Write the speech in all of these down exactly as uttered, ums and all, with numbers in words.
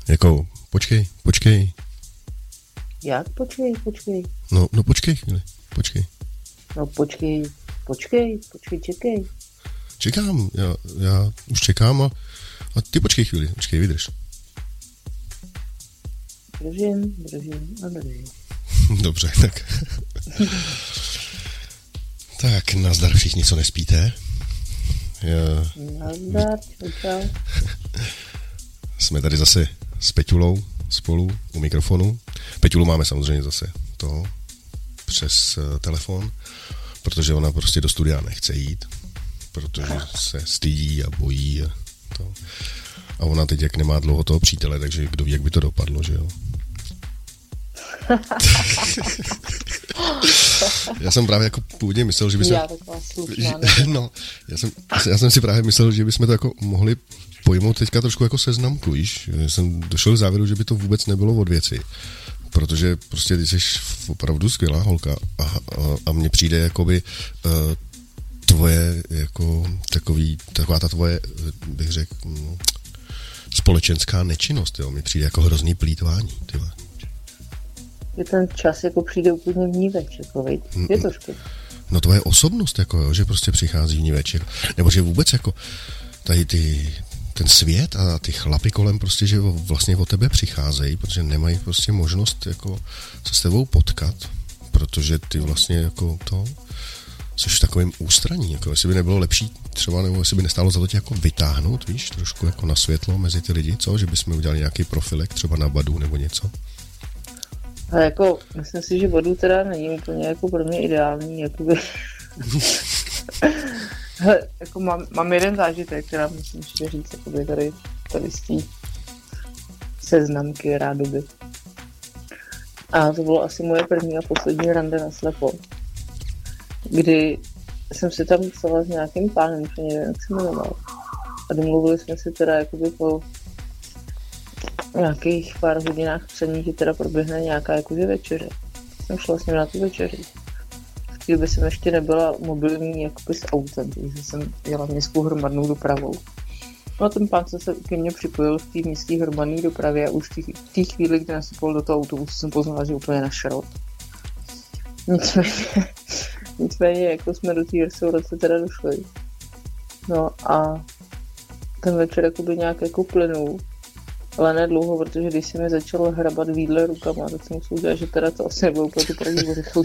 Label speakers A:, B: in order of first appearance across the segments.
A: Jako, počkej, počkej.
B: Jak? Počkej, počkej.
A: No, no počkej chvíli, počkej.
B: No počkej, počkej, počkej, čekej.
A: Čekám, já, já už čekám a, a ty počkej chvíli, počkej, vydrž.
B: Držím, držím a držím.
A: Dobře, tak. Tak, nazdar všichni, co nespíte. Já...
B: Nazdar, čau.
A: Jsme tady zase s Peťulou spolu u mikrofonu. Peťulu máme samozřejmě zase to přes uh, telefon, protože ona prostě do studia nechce jít, protože se stydí a bojí a to. A ona teď jak nemá dlouho toho přítele, takže kdo ví, jak by to dopadlo, že jo? Já jsem právě jako původně myslel, že by se...
B: Já taková slušná.
A: No, já jsem, já jsem si právě myslel, že bychom to jako mohli pojmout teďka trošku jako seznamku, víš? Jsem došel k závěru, že by to vůbec nebylo od věci. Protože prostě ty jsi opravdu skvělá holka a, a, a mně přijde jakoby uh, tvoje jako takový, taková ta tvoje, bych řekl, no, společenská nečinnost, jo? Mně přijde jako hrozný plýtvání, tyhle.
B: Je ten čas jako přijde úplně vníveč, jako viď? Je to škoda.
A: No tvoje osobnost, jako jo, že prostě přichází vníveč, jako, nebo že vůbec jako tady ty, ten svět a ty chlapy kolem prostě, že vlastně o tebe přicházejí, protože nemají prostě možnost jako se s tebou potkat, protože ty vlastně jako to jsi v takovým ústraní, jako jestli by nebylo lepší třeba, nebo jestli by nestálo za to tě jako vytáhnout, víš, trošku jako na světlo mezi ty lidi, co, že bychom udělali nějaký profilek třeba na Badu nebo něco.
B: A jako, myslím si, že vodu teda není úplně jako pro mě ideální, jakoby. Hele, jako mám, mám jeden zážitek, která musím ještě říct, jakoby tady, tady z té seznamky rádoby. A to bylo asi moje první a poslední rande na slepo, kdy jsem si tam psala s nějakým pánem, že nevím, jak se jmenoval. A domluvili jsme si teda jakoby po nějakých pár hodinách psaní, že teda proběhne nějaká jakože večeře. Jsem šla s ním na tu večeři. V té době jsem ještě nebyla mobilní jakoby s autem, takže jsem jela městskou hromadnou dopravou. No a ten pán se ke mně připojil v té městské hromadné dopravě a už v té chvíli, kdy nastupoval do toho autobusu, jsem poznala, že úplně na šrot. Nicméně, nicméně jako jsme do té restaurace teda došli. No a ten večer jakoby nějak jako plynul. Ale ne dlouho, protože když se mi začalo hrabat výdle rukama, tak jsem musel udělat, že teda to asi nebylo úplně pravý rychlý.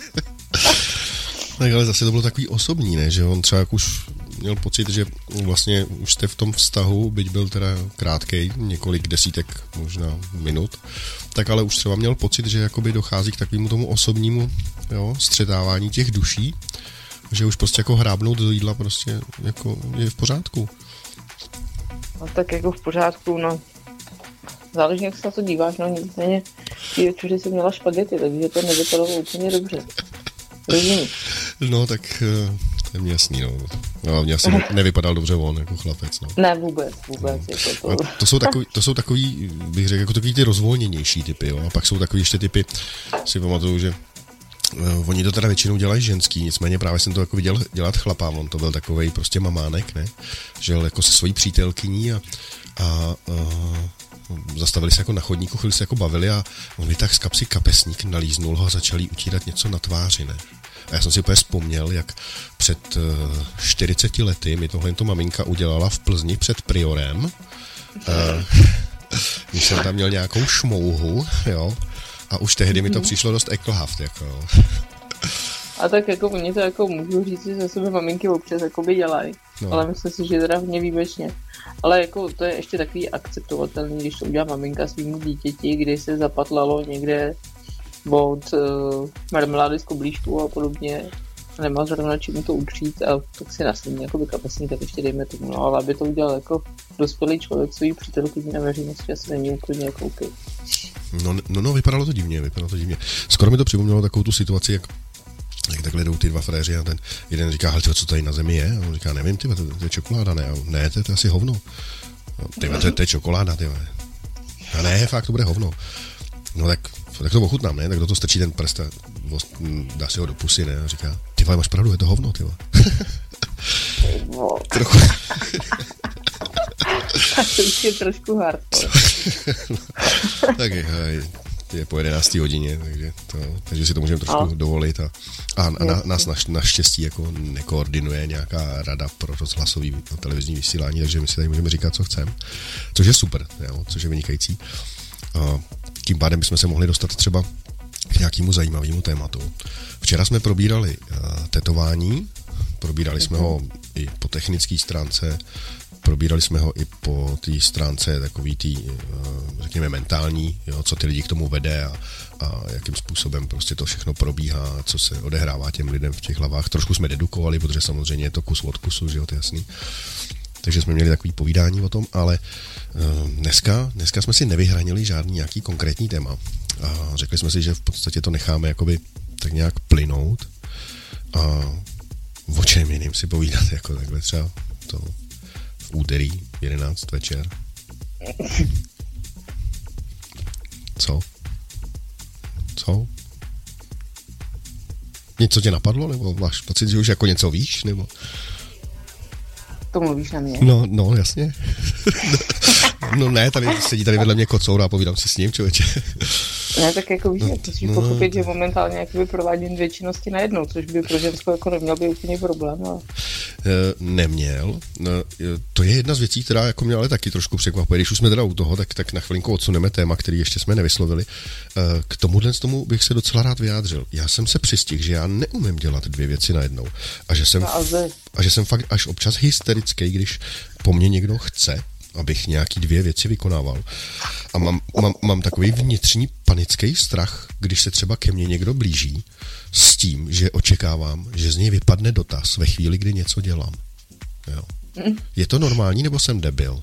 A: Tak ale zase to bylo takový osobní, ne? Že on třeba jak už měl pocit, že vlastně už jste v tom vztahu, byť byl teda krátkej, několik desítek možná minut, tak ale už třeba měl pocit, že jakoby dochází k takovému tomu osobnímu, jo, střetávání těch duší, že už prostě jako hrábnout do jídla prostě jako je v pořádku.
B: No tak jako v pořádku, no. Záleží, jak se na to díváš, no nicméně ty večeři jsem měla špagety, takže to nevypadalo úplně dobře. Rozumíš?
A: No tak to je mi jasný, no. No hlavně asi nevypadal dobře on jako chlapec, no.
B: Ne, vůbec, vůbec. No. Jako to...
A: to jsou takový, to jsou takový, bych řekl, jako takový ty rozvolněnější typy, jo. A pak jsou takový ještě typy, si pamatuju, že uh, oni to teda většinou dělají ženský, nicméně právě jsem to jako viděl dělat chlapám, on to byl takovej prostě mamánek, ne? Že jel jako se svojí přítelkyní a, a uh, zastavili se jako na chodníku, chvíli se jako bavili a on vytáhl z kapsy kapesník, nalíznul ho a začal jí utírat něco na tváři, ne? A já jsem si úplně vzpomněl, jak před uh, čtyřiceti lety mi tohle to maminka udělala v Plzni před Priorem, uh, když jsem tam měl nějakou šmouhu, jo, a už tehdy mi to přišlo dost ekelhaft, jako jo.
B: A tak jako oni to jako můžu říct, že za sebe maminky občas jakoby dělají, no. Ale myslím si, že teda hodně výjimečně. Ale jako to je ještě takový akceptovatelný, když to udělá maminka svýmu dítěti, kdy se zapatlalo někde od uh, marmelády z koblížku a podobně. Nemá zrovna čím to utřít a tak si následně jako kapesní, tak ještě dejme tomu. No, ale aby to udělal jako dospělý člověk svůj přítelkyní na veřejnosti asi není úplně jako OK.
A: No, no, no, vypadalo to divně, vypadalo to divně. Skoro mi to připomnělo takovou tu situaci, jak jak takhle jdou ty dva fréři a ten jeden říká, hele, co tady na zemi je? A on říká, nevím, tyhle, to, to je čokoláda, ne? A ne, to je, to je asi hovno. Tyhle, to, to je čokoláda, tyhle. A ne, fakt, to bude hovno. No tak, tak to ochutnám, ne? Tak do toho strčí ten prst a dá si ho do pusy, ne? A říká, ty vole, máš pravdu, je to hovno, tyhle. Trochu.
B: Tak to už je trošku hardcore.
A: Tak je, je po jedenácté hodině, takže, to, takže si to můžeme trošku a. dovolit. A, a, a na, nás na, naštěstí jako nekoordinuje nějaká rada pro rozhlasový a televizní vysílání, takže my si tady můžeme říkat, co chceme. Což je super, jo, což je vynikající. A tím pádem bychom se mohli dostat třeba k nějakému zajímavému tématu. Včera jsme probírali uh, tetování, probírali jsme ho i po technické stránce, probírali jsme ho i po té stránce takový tý, uh, řekněme, mentální, jo, co ty lidi k tomu vede a, a jakým způsobem prostě to všechno probíhá, co se odehrává těm lidem v těch hlavách. Trošku jsme dedukovali, protože samozřejmě je to kus od kusu, že jo, to je jasný. Takže jsme měli takový povídání o tom, ale uh, dneska, dneska jsme si nevyhranili žádný nějaký konkrétní téma. A řekli jsme si, že v podstatě to necháme jakoby tak nějak plynout a o čem jiným si povídat, jako takhle třeba to v úterý v jedenáct večer. Co? Co? Něco tě napadlo, nebo máš pocit, že už jako něco víš, nebo?
B: To mluvíš na mě?
A: No, no, jasně. No ne, tady sedí tady vedle mě kocour a povídám si s ním, člověče.
B: Ne, tak jako víš, no, musíš no, pochopit, že momentálně jakoby provádím dvě činnosti najednou, což by pro ženskou jako neměl by úplně problém. Ale...
A: Neměl. To je jedna z věcí, která jako mě ale taky trošku překvapuje. Když už jsme teda u toho, tak, tak na chvilinku odsuneme téma, který ještě jsme nevyslovili. K tomuhle z tomu bych se docela rád vyjádřil. Já jsem se přistihl, že já neumím dělat dvě věci najednou. A že jsem,
B: no, ale...
A: a že jsem fakt až občas hysterický, když po mně někdo chce, abych nějaký dvě věci vykonával. A mám, mám, mám takový vnitřní panický strach, když se třeba ke mně někdo blíží s tím, že očekávám, že z něj vypadne dotaz ve chvíli, kdy něco dělám. Jo. Je to normální, nebo jsem debil?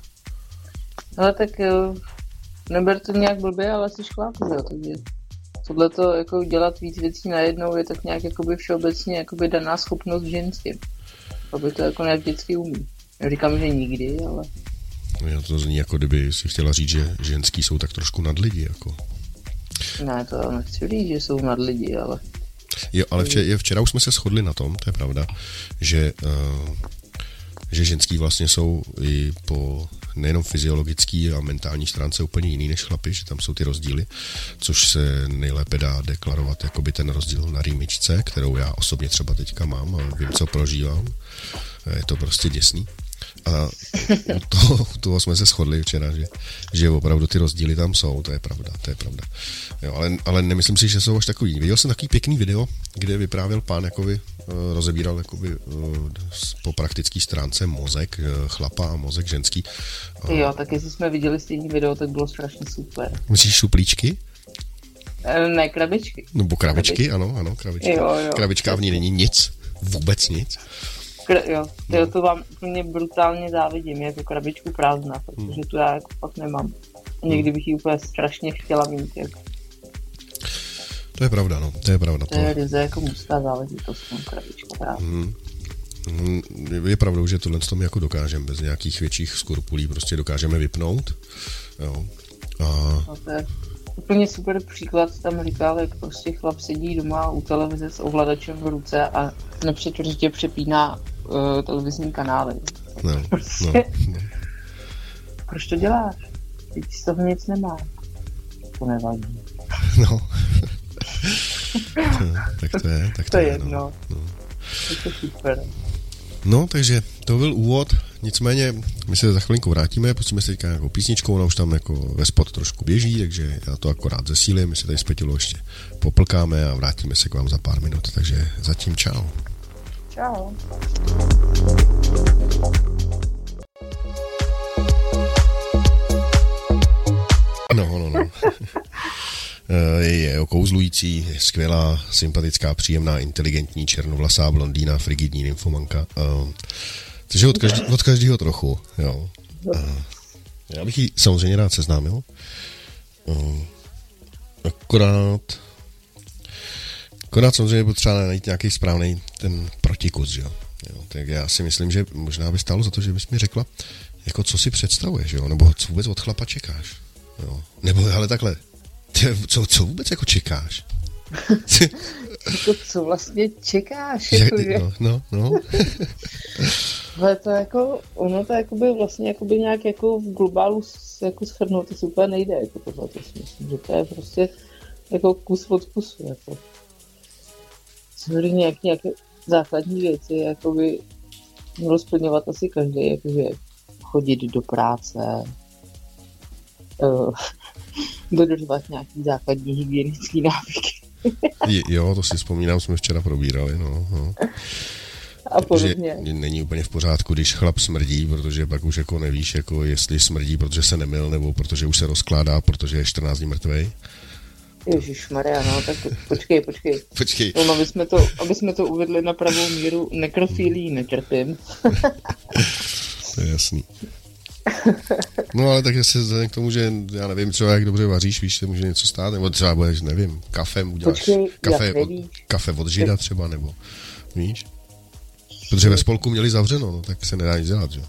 B: Ale tak jo, neber to nějak blbě, ale jsi škláp, jo, takže tohleto jako dělat víc věcí najednou je tak nějak jakoby všeobecně jakoby daná schopnost ženským. Aby to jako nějak vždycky umí. Já říkám, že nikdy, ale...
A: No, to zní, jako kdyby si chtěla říct, že ženský jsou tak trošku nad lidi, jako.
B: Ne, to nechci říct, že jsou nad lidi, ale...
A: Jo, ale včera, včera už jsme se shodli na tom, to je pravda, že, uh, že ženský vlastně jsou i po nejenom fyziologický a mentální stránce úplně jiný než chlapi, že tam jsou ty rozdíly, což se nejlépe dá deklarovat jakoby ten rozdíl na rýmičce, kterou já osobně třeba teďka mám a vím, co prožívám. Je to prostě děsný. A u toho, u toho jsme se shodli včera, že, že opravdu ty rozdíly tam jsou, to je pravda, to je pravda. Jo, ale, ale nemyslím si, že jsou až takový. Viděl jsem takový pěkný video, kde vyprávěl pán, jakoby, uh, rozebíral jakoby, uh, po praktické stránce mozek uh, chlapa a mozek ženský. Uh,
B: jo, tak jestli jsme viděli stejný video, tak bylo strašně super.
A: Myslíš šuplíčky?
B: Ne, krabičky.
A: Nebo krabičky, ano, ano, krabičky.
B: Jo, jo.
A: Krabička v ní není nic, vůbec nic.
B: Kr- jo, no. To vám úplně brutálně závidím, jako krabičku prázdná, protože hmm. tu já jako fakt nemám. Někdy bych ji úplně strašně chtěla mít. Jako.
A: To je pravda, no, to je pravda.
B: To je ryze jako mužská záležitost, tom krabičku prázdná.
A: Hmm. Je pravdou, že tohle tomu jako dokážeme, bez nějakých větších skrupulí prostě dokážeme vypnout. Jo. A...
B: No to je úplně super příklad, tam říkal, jak prostě chlap sedí doma u televize s ovladačem v ruce a nepřetržitě přepíná uh, televizní kanály.
A: No,
B: prostě,
A: no, no.
B: Proč to děláš? Teď z toho nic nemá. To nevadí.
A: No. to, tak to je, tak to,
B: to je
A: je,
B: jedno.
A: No. No.
B: Je to super.
A: No, takže to byl úvod, nicméně my se za chvilinku vrátíme, pustíme se teďka nějakou písničkou, ona už tam jako ve spot trošku běží, takže já to akorát zesílím, my se tady s Petilou ještě poplkáme a vrátíme se k vám za pár minut, takže zatím čau.
B: Čau.
A: No, no, no. Je okouzlující, je skvělá, sympatická, příjemná, inteligentní, černovlasá blondýna, frigidní nymfomanka. Takže od, každý, od každého trochu, jo. Já bych ji samozřejmě rád seznámil. Akorát akorát samozřejmě potřeba najít nějaký správný ten protikus, jo. jo. Tak já si myslím, že možná by stálo za to, že bys mi řekla, jako co si představuješ, jo, nebo co vůbec od chlapa čekáš, jo. Nebo ale takhle, Co, co vůbec jako čekáš?
B: Jako co vlastně čekáš?
A: Jak,
B: jako,
A: no, no, no.
B: Ale to jako, ono to jakoby vlastně jakoby nějak jako v globálu jako shrnout, to si úplně nejde, jako tohle, to si myslím, že to je prostě jako kus od kusu, jako. Samozřejmě nějaké, nějaké základní věci, jakoby mělo splňovat asi každý, jakože chodit do práce, uh, dodržovat nějaký základní hygienický návyky.
A: Jo, to si vzpomínám, jsme včera probírali, no. no.
B: A podobně.
A: Že není úplně v pořádku, když chlap smrdí, protože pak už jako nevíš, jako jestli smrdí, protože se nemyl, nebo protože už se rozkládá, protože je čtrnáct dní mrtvej.
B: Ježišmarja, no, tak počkej, počkej.
A: Počkej.
B: No, aby jsme to, aby jsme to uvedli na pravou míru, nekrofílii netrpím.
A: To je jasný. No ale tak se vzhledem k tomu, že já nevím, třeba jak dobře vaříš, víš, se může něco stát, nebo třeba budeš, nevím, kafem uděláš,
B: Počkej,
A: kafe, od, kafe od žida třeba, nebo víš? Protože ve spolku měli zavřeno, no, tak se nedá nic dělat, že?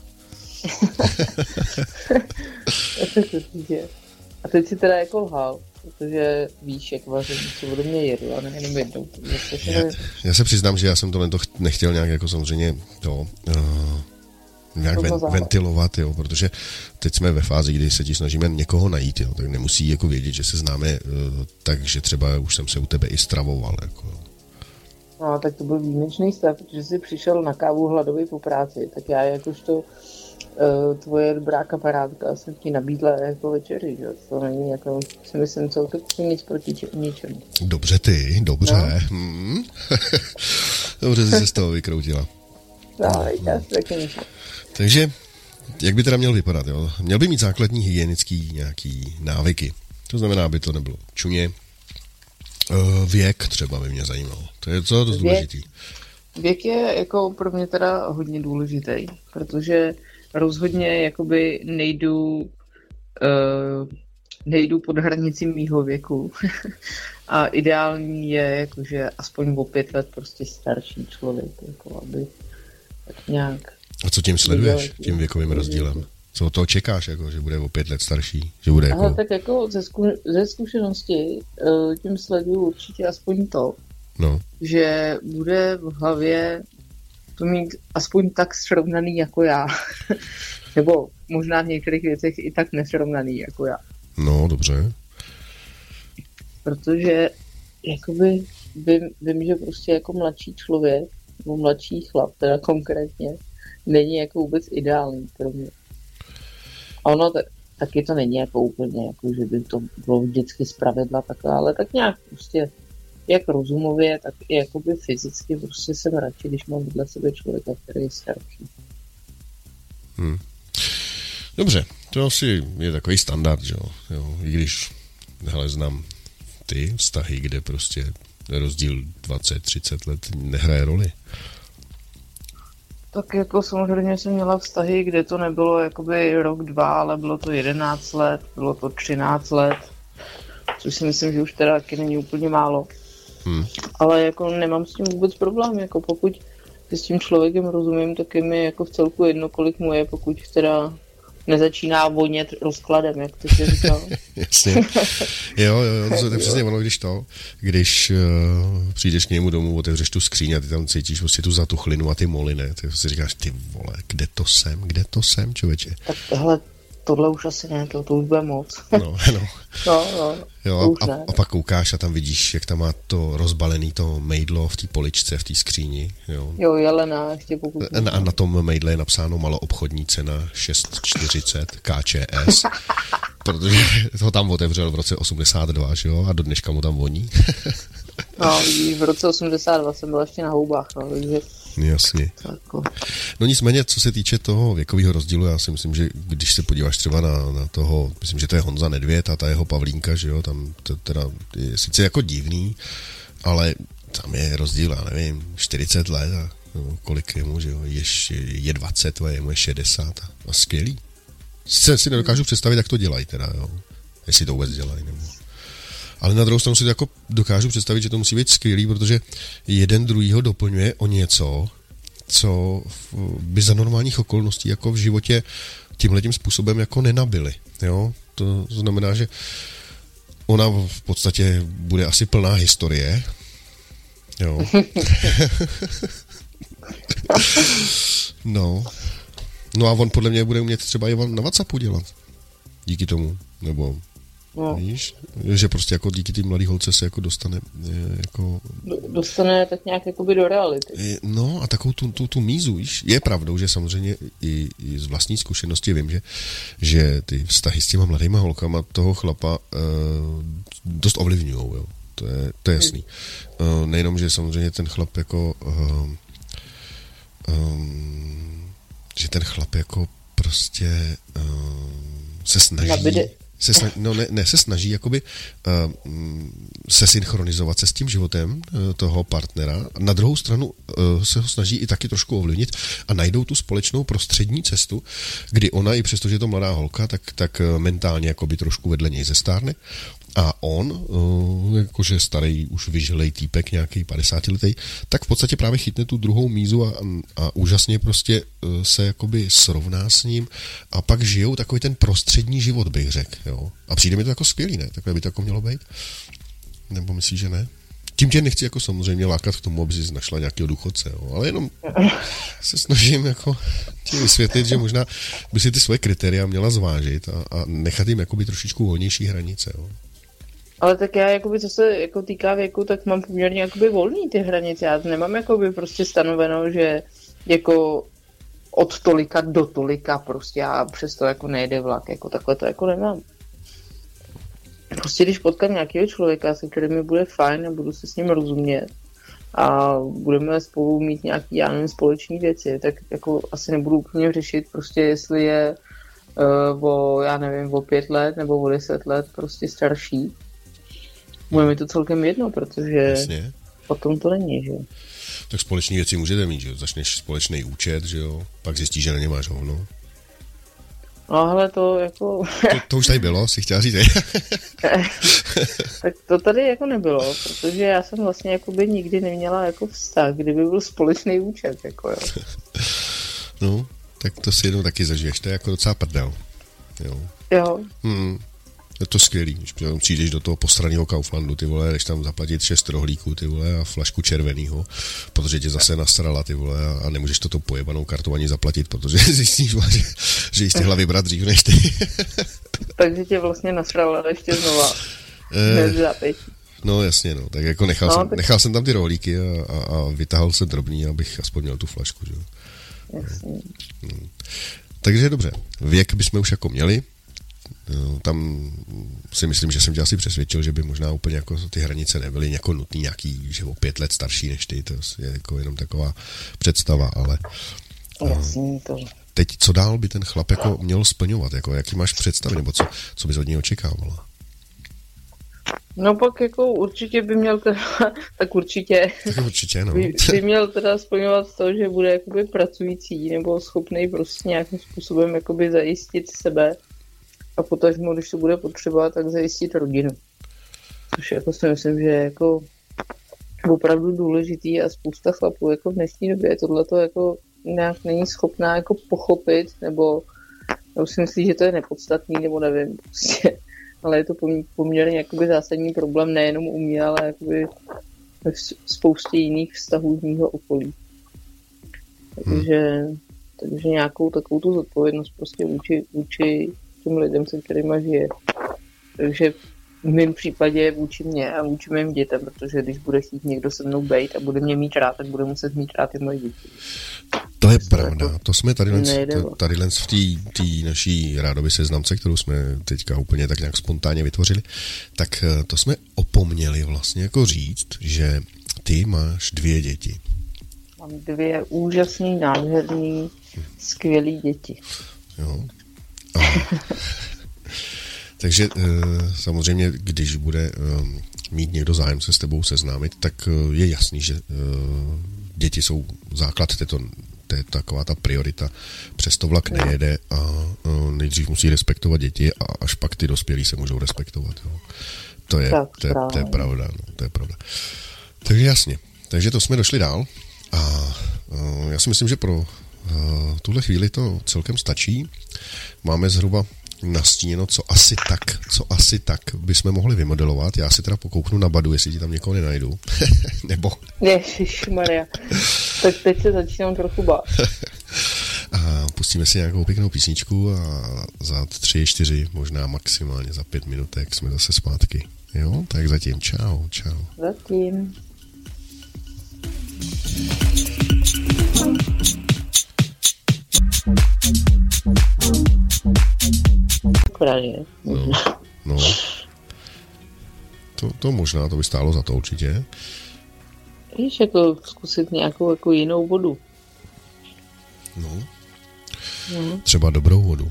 B: A teď si teda jako lhal, protože víš, jak vařím, co ode mě jedu, a ne jenom jednou.
A: Já, já se přiznám, že já jsem tohle nechtěl nějak jako samozřejmě to uh, nějak ven, ventilovat, jo, protože teď jsme ve fázi, kdy se ti snažíme někoho najít, jo, tak nemusí jako vědět, že se známe uh, tak, že třeba už jsem se u tebe i stravoval, jako.
B: No, tak to byl výjimečný stav, protože jsi přišel na kávu hladový po práci, tak já jakožto uh, tvoje dobrá kamarádka jsem ti nabídla jako večeři, že? To není jako, si myslím, celkem nic proti ničemu.
A: Dobře ty, dobře. No. Hmm. Dobře jsi se z toho vykroutila.
B: No, no, já si taky nešel.
A: Takže, jak by teda měl vypadat, jo? Měl by mít základní hygienický nějaký návyky. To znamená, aby to nebylo čuně. Věk třeba by mě zajímalo. To je co dost důležitý.
B: Věk je jako pro mě teda hodně důležitý, protože rozhodně jakoby nejdu uh, nejdu pod hranici mýho věku. A ideální je jakože aspoň o pět let prostě starší člověk, jako aby tak nějak...
A: A co tím sleduješ, tím věkovým rozdílem? Co to čekáš, jako, že bude o pět let starší? Že bude jako...
B: Aha, tak jako ze, zku, ze zkušenosti tím sleduju určitě aspoň to,
A: no.
B: že bude v hlavě to mít aspoň tak srovnaný jako já. Nebo možná v některých věcech i tak nesrovnaný jako já.
A: No, dobře.
B: Protože jakoby vím, vím, že prostě jako mladší člověk, nebo mladší chlap, teda konkrétně, není jako vůbec ideální pro mě. A ono tak, taky to není jako úplně, jako, že by to bylo vždycky zpravidla takhle, ale tak nějak prostě jak rozumově, tak i jakoby fyzicky prostě jsem radši, když mám vedle sebe člověka, který je starší.
A: Hmm. Dobře, to asi je takový standard, že jo, i když, hele, znám ty vztahy, kde prostě rozdíl dvacet třicet let nehraje roli.
B: Tak jako samozřejmě jsem měla vztahy, kde to nebylo jakoby rok, dva, ale bylo to jedenáct let, bylo to třináct let, což si myslím, že už teda taky není úplně málo. Hmm. Ale jako nemám s tím vůbec problém, jako pokud s tím člověkem rozumím, tak je mi jako v celku jedno, kolik mu je, pokud teda nezačíná vonět rozkladem, jak to si říkal.
A: Jasně. Jo, jo, jo, to je přesně ono, když to, když uh, přijdeš k němu domů, otevřeš tu skříň a ty tam cítíš prostě tu zatuchlinu a ty moly, ne? Ty si říkáš, ty vole, kde to jsem, kde to jsem, člověče?
B: Tak hele, tohle už asi ne, to, to už bude moc.
A: No, no.
B: no, no
A: jo, a, a pak koukáš a tam vidíš, jak tam má to rozbalený to mejdlo v té poličce, v té skříni. Jo,
B: jo Jelena, ještě pokud...
A: A, a na tom mejdle je napsáno maloobchodní cena šest čtyřicet K Č S, protože ho tam otevřel v roce osmdesát dva, že jo, a do dneška mu tam voní.
B: No, v roce osmdesát dva jsem byl ještě na houbách, no, takže...
A: Jasně. No nicméně, co se týče toho věkového rozdílu, já si myslím, že když se podíváš třeba na, na toho, myslím, že to je Honza Nedvěd a ta jeho Pavlínka, že jo, tam to teda je sice jako divný, ale tam je rozdíl, já nevím, čtyřicet let a no, kolik je mu, že jo, je, je dvacet, a je mu je šedesát a, a skvělý. Sice si nedokážu představit, jak to dělají teda, jo, jestli to vůbec dělají, nebo... Ale na druhou stranu si to jako dokážu představit, že to musí být skvělý, protože jeden druhýho doplňuje o něco, co by za normálních okolností jako v životě tímhletím způsobem jako nenabili. Jo? To znamená, že ona v podstatě bude asi plná historie. Jo. No. No a on podle mě bude umět třeba i na WhatsAppu dělat. Díky tomu. Nebo no. Víš, že prostě jako díky té mladé holce se jako dostane jako...
B: Dostane tak nějak jakoby do reality.
A: No a takovou tu, tu, tu mízu, víš, je pravdou, že samozřejmě i, i z vlastní zkušenosti vím, že, že ty vztahy s těma mladýma holkama toho chlapa uh, dost ovlivňujou, jo. To je, to je jasný. Hmm. Uh, nejenom, že samozřejmě ten chlap jako uh, um, že ten chlap jako prostě uh, se snaží Nabide. Se snaží, no ne, ne, se snaží jakoby uh, se synchronizovat se s tím životem uh, toho partnera. Na druhou stranu uh, se ho snaží i taky trošku ovlivnit a najdou tu společnou prostřední cestu, kdy ona, i přesto, že je to mladá holka, tak, tak mentálně jakoby trošku vedle něj zestárne. A on, uh, jakože starý, už vyžilej týpek, nějaký padesátiletý, tak v podstatě právě chytne tu druhou mízu a, a úžasně prostě uh, se jakoby srovná s ním a pak žijou takový ten prostřední život, bych řekl, jo. A přijde mi to jako skvělý, ne? Takhle by to jako mělo být? Nebo myslíš, že ne? Tím tě nechci jako samozřejmě lákat k tomu, aby jsi našla nějakého důchodce, jo. Ale jenom se snažím jako ti vysvětlit, že možná by si ty svoje kritéria měla zvážit a, a nechat jim jakoby trošičku volnější hranice, jo.
B: Ale tak já, jakoby, co se jako týká věku, tak mám poměrně jakoby volný ty hranice. Já nemám jakoby prostě stanoveno, že jako od tolika do tolika prostě a přesto jako nejde vlak. Jako takhle to jako nemám. Prostě když potkám nějakého člověka, se kterým mi bude fajn a budu se s ním rozumět a budeme spolu mít nějaký, já nevím, společné věci, tak jako asi nebudu úplně řešit prostě, jestli je uh, o, já nevím, o pět let nebo o deset let prostě starší. Bude mi to celkem jedno, protože Jasně. potom to není, že jo.
A: Tak společné věci můžete mít, že jo. Začneš společný účet, že jo. Pak zjistíš, že na ně máš hovno.
B: No, ale to jako...
A: to, to už tady bylo, si chtěla říct.
B: Tak to tady jako nebylo, protože já jsem vlastně jakoby nikdy neměla jako vztah, kdyby byl společný účet, jako jo.
A: No, tak to si jednou taky zažiješ, to je jako docela prdel. Jo.
B: Jo.
A: Hmm. Je to skvělý, když přijdeš do toho postraného Kauflandu, ty vole, jdeš tam zaplatit šest rohlíků, ty vole, a flašku červenýho, protože tě zase nasrala, ty vole, a, a nemůžeš toto pojebanou kartu ani zaplatit, protože zjistíš, že, že jí stihla vybrat dřív než ty.
B: Takže tě vlastně nasrala ještě znova.
A: Eh, no jasně, no, tak jako nechal, no, jsem, tak... nechal jsem tam ty rohlíky a, a, a vytáhl jsem drobný, abych aspoň měl tu flašku, že jo.
B: Jasně.
A: Hmm. Takže dobře, věk bychom už jako měli. No, tam si myslím, že jsem tě asi přesvědčil, že by možná úplně jako ty hranice nebyly jako nutný nějaký, že o pět let starší než ty, to je jako jenom taková představa, ale
B: Jasný, to.
A: teď co dál by ten chlap jako měl splňovat, jako jaký máš představy, nebo co, co bys od něj očekávala?
B: No pak jako určitě by měl teda, tak určitě,
A: tak určitě no.
B: by, by měl teda splňovat to, že bude jakoby pracující nebo schopný prostě nějakým způsobem jakoby zajistit sebe a potažmo, když to bude potřeba, tak zajistit rodinu. Což jako si myslím, že je jako opravdu důležitý a spousta chlapů jako v dnešní době tohleto jako nějak není schopná jako pochopit, nebo, nebo si myslí, že to je nepodstatný, nebo nevím, prostě. Ale je to poměrně jakoby zásadní problém nejenom u mě, ale jakoby ve spoustě jiných vztahů z mýho okolí. Takže, hmm. takže nějakou takovou tu zodpovědnost prostě vůči, vůči těm lidem, se kterýma žije. Takže v mém případě vůči mě a vůči mým dětem, protože když bude chtít někdo se mnou bejt a bude mě mít rád, tak bude muset mít rád i moje děti.
A: To je to pravda. Jako to jsme tady, tady len v té naší rádoby seznamce, kterou jsme teďka úplně tak nějak spontánně vytvořili, tak to jsme opomněli vlastně jako říct, že ty máš dvě děti.
B: Mám dvě úžasný, nádherný, skvělý děti.
A: Jo. Takže samozřejmě, když bude mít někdo zájem se s tebou seznámit, tak je jasný, že děti jsou základ této, to je taková ta priorita. Přesto vlak nejede a nejdřív musí respektovat děti a až pak ty dospělí se můžou respektovat. Jo. To, je, to, je, to je pravda. No, to je pravda. Takže jasně. Takže to jsme došli dál a já si myslím, že pro tuhle chvíli to celkem stačí. Máme zhruba nastíněno, co asi tak, co asi tak bychom mohli vymodelovat. Já si teda pokouknu na Badu, jestli ti tam někoho nenajdu. Nebo...
B: Ježišmarja. Tak teď se začínám trochu bát.
A: A pustíme si nějakou pěknou písničku a za tři, čtyři, možná maximálně za pět minutek jsme zase zpátky. Jo, tak zatím čau, čau.
B: Zatím. Ukrajině.
A: No, no. To, to možná, to by stálo za to určitě.
B: Víš, jako zkusit nějakou jako jinou vodu.
A: No.
B: No.
A: Třeba dobrou vodu.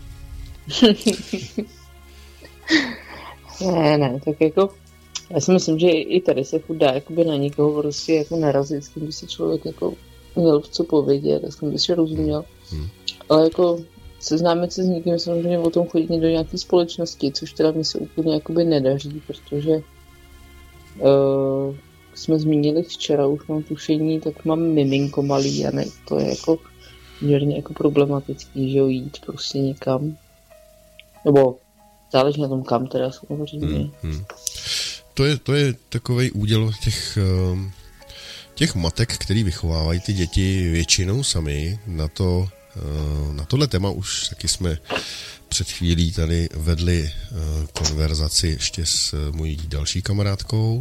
B: ne, ne, tak jako já si myslím, že i tady se furt dá jakoby na někoho prostě jako narazit, s tím by si člověk jako měl co povědět, s tím by si rozuměl. Hmm. Ale jako seznámit se s někým, samozřejmě o tom chodit do nějaké společnosti, což teda mi se úplně jakoby nedaří, protože uh, jsme zmínili včera, už mám tušení, tak mám miminko malý a ne, to je jako měrně jako problematický, že jo, jít prostě někam. Nebo záleží na tom, kam teda samozřejmě. Hmm, hmm.
A: To je, to je takovej úděl těch, těch matek, který vychovávají ty děti většinou sami. Na, to, na tohle téma už taky jsme před chvílí tady vedli konverzaci ještě s mojí další kamarádkou,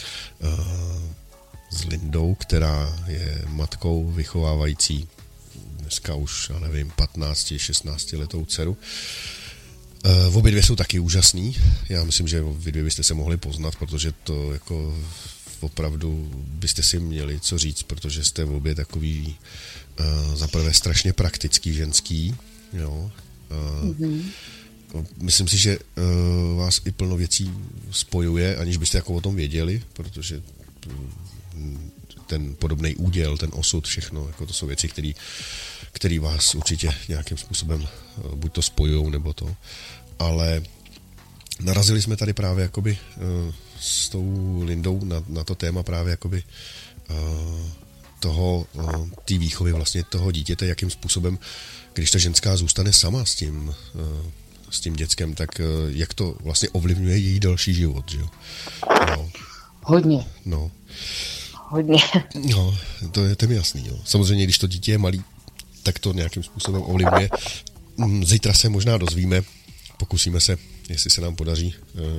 A: s Lindou, která je matkou vychovávající dneska už, já nevím, patnáct šestnáct letou dceru. V obě dvě jsou taky úžasný. Já myslím, že vy dvě byste se mohli poznat, protože to jako opravdu byste si měli co říct, protože jste v obě takový uh, zaprvé strašně praktický ženský. Jo. Uh, mm-hmm. Myslím si, že uh, vás i plno věcí spojuje, aniž byste jako o tom věděli, protože ten podobný úděl, ten osud, všechno, jako to jsou věci, které který vás určitě nějakým způsobem buď to spojujou, nebo to. Ale narazili jsme tady právě jakoby uh, s tou Lindou na, na to téma právě jakoby uh, toho, uh, té výchovy vlastně toho dítěte, jakým způsobem, když ta ženská zůstane sama s tím, uh, s tím dětskem, tak uh, jak to vlastně ovlivňuje její další život, že jo? No.
B: Hodně.
A: No.
B: Hodně.
A: No, to je, to je mi jasný, jo. Samozřejmě, když to dítě je malý, tak to nějakým způsobem ovlivňuje. Zítra se možná dozvíme, pokusíme se, jestli se nám podaří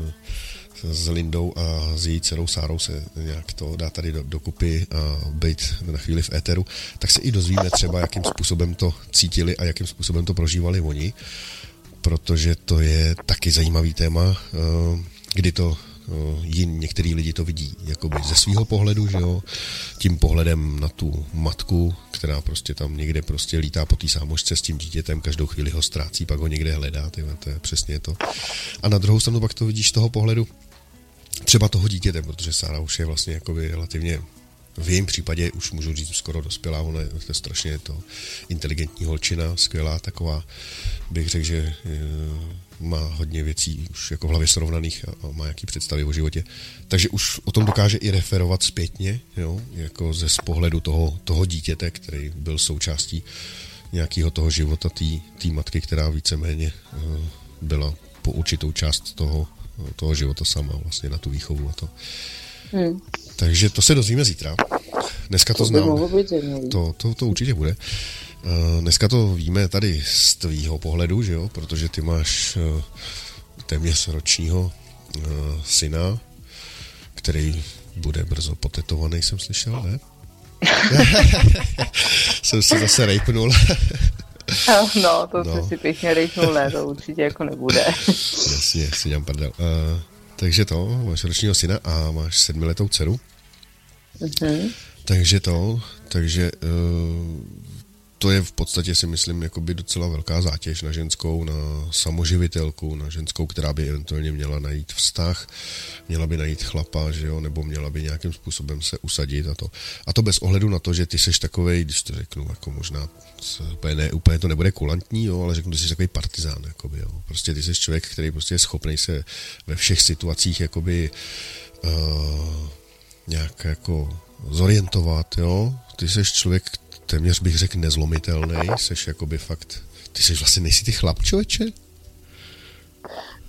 A: s Lindou a s její dcerou Sárou se nějak to dá tady do, dokupy a být na chvíli v éteru, tak se i dozvíme třeba, jakým způsobem to cítili a jakým způsobem to prožívali oni, protože to je taky zajímavý téma, kdy to jin, některý lidi to vidí jakoby ze svého pohledu, že jo, tím pohledem na tu matku, která prostě tam někde prostě lítá po té sámošce s tím dítětem, každou chvíli ho ztrácí, pak ho někde hledá, tyhle, to je přesně to. A na druhou stranu pak to vidíš z toho pohledu třeba toho dítěte, protože Sára už je vlastně jakoby relativně v jejím případě už můžu říct skoro dospělá, ona je, je strašně to inteligentní holčina, skvělá taková, bych řekl, že má hodně věcí už jako v hlavě srovnaných a, a má nějaký představy o životě. Takže už o tom dokáže i referovat zpětně, jo, jako ze z pohledu toho, toho dítěte, který byl součástí nějakého toho života té matky, která víceméně uh, byla po určitou část toho, toho života sama vlastně na tu výchovu a to. Hmm. Takže to se dozvíme zítra. Dneska to, to znám. To, to, to určitě bude. Dneska to víme tady z tvýho pohledu, že jo? Protože ty máš téměř ročního syna, který bude brzo potetovaný, jsem slyšel, ne? Jsem si zase rejpnul.
B: No, to no. si pěkně rejpnul, ne, to určitě jako nebude.
A: Jasně, si dělám prdel. Uh, takže to, máš ročního syna a máš sedmiletou dceru. Uh-huh. Takže to, takže uh, to je v podstatě, si myslím, jakoby docela velká zátěž na ženskou, na samoživitelku, na ženskou, která by eventuálně měla najít vztah, měla by najít chlapa, že jo, nebo měla by nějakým způsobem se usadit a to. A to bez ohledu na to, že ty seš takovej, když to řeknu, jako možná úplně, ne, úplně to nebude kulantní, jo, ale řeknu, ty jsi takový partizán, jakoby, jo. Prostě ty seš člověk, který prostě je schopný se ve všech situacích, jakoby, uh, nějak jako zorientovat, jo. Ty seš člověk, téměř bych řekl nezlomitelný, seš jakoby fakt, ty seš vlastně nejsi ty chlap, člověče?